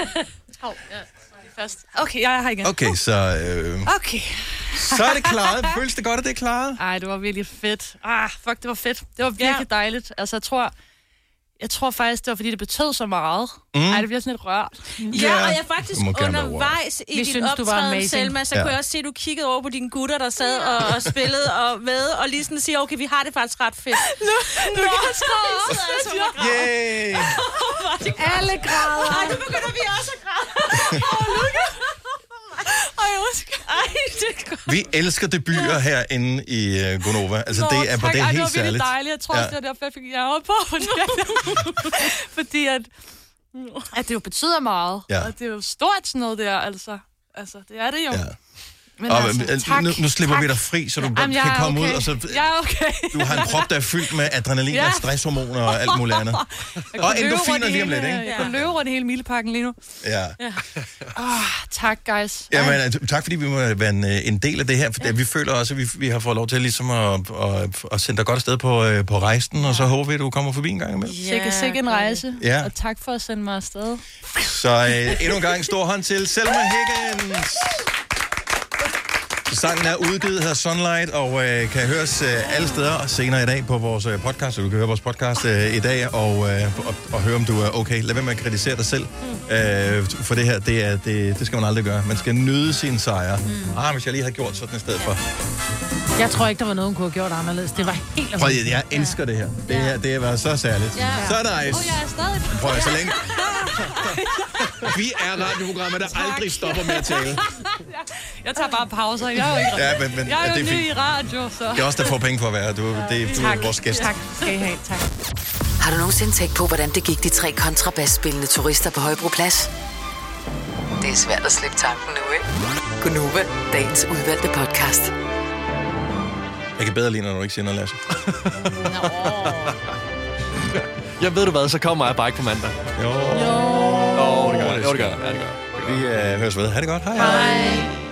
Okay, jeg er her igen. Okay, så... Øh, Okay. så er det klaret. Føles det godt, at det er klaret? Ej, det var virkelig fedt. Ah, fuck, det var fedt. Det var virkelig ja. dejligt. Altså, jeg tror... Jeg tror faktisk, det var, fordi det betød så meget. Mm. Ej, det bliver sådan lidt rørt. Ja, og jeg faktisk undervejs i Vi din synes, du var optræden, amazing. Selma, så Ja. kunne jeg også se, at du kiggede over på dine gutter, der sad og, og spillede og med, og lige sådan siger, okay, vi har det faktisk ret fedt. Nu, nu kan jeg skrive. Yay! Alle græder. Ej, nu begynder vi også at græde. Åh, Luca. Ej, undskyld. Ej, det er godt. Vi elsker debuter herinde i uh, Gonova. Altså, Nå, det er, tak. det er Ej, helt det var virkelig særligt. dejligt. Jeg tror også, ja. det var derfor, jeg fik hjertet på. Fordi, at, fordi at, at det jo betyder meget. Ja. Og det er jo stort sådan noget der, altså. Altså, det er det jo. Ja. Men Og, altså, øh, tak, nu, nu slipper tak. vi dig fri, så du Jamen, jeg kan er komme okay. ud, og så... Jeg er okay. Du har en krop, der er fyldt med adrenalin Ja. og stresshormoner og alt muligt andet. Jeg Og kunne løbe endorfiner rundt lige om hele- lidt, ikke? Jeg kunne løbe rundt i hele milepakken lige nu. Ja. Ja. Oh, tak, guys. Jamen, altså, tak fordi vi må være en, en del af det her. For ja. Vi føler også, at vi, vi har fået lov til ligesom at, at, at sende dig godt afsted på, øh, på rejsen, og så håber vi, at du kommer forbi en gang imellem. Sikke, sikke en rejse. Ja. Og tak for at sende mig afsted. Så øh, endnu en gang stor hånd til Selma Higgins. Sangen er udgivet, hedder Sunlight, og øh, kan høres øh, alle steder og senere i dag på vores øh, podcast. Så du kan høre vores podcast øh, i dag og, øh, og, og høre, om du er okay. Lad være med at kritisere dig selv, øh, for det her, det, er, det, det skal man aldrig gøre. Man skal nyde sin sejre. Mm. Ah, hvis jeg lige havde gjort sådan i stedet for. Jeg tror ikke, der var noget, hun kunne have gjort anderledes. Det var helt Prøv, jeg, jeg elsker det her. Det her, det har været så særligt. Ja. Så nice. Åh, oh, jeg er stadig... Prøv at så længe. Vi er radioprogrammer, der aldrig stopper med at tale. Jeg tager bare pauser. Jeg er jo ikke Ja, men- men- jeg er jo det er ny fint. i radio, så... Det er også der får penge for at være. Du, det, du er vores gæst. Tak, skal I have. Tak. Har du nogensinde tænkt på, hvordan det gik de tre kontrabasspillende turister på Højbroplads? Det er svært at slippe tanken nu, ikke? Gunova, dagens udvalgte podcast. Jeg kan bedre lide, når du ikke siger noget, Lasse. Jeg ved du hvad, så kommer jeg bare ikke på mandag. Jo. Jo, det gør jeg. Jo, det gør jeg. Ja, det gør jeg. Vi øh, høres ved. Ha' det godt. Hej. Hej.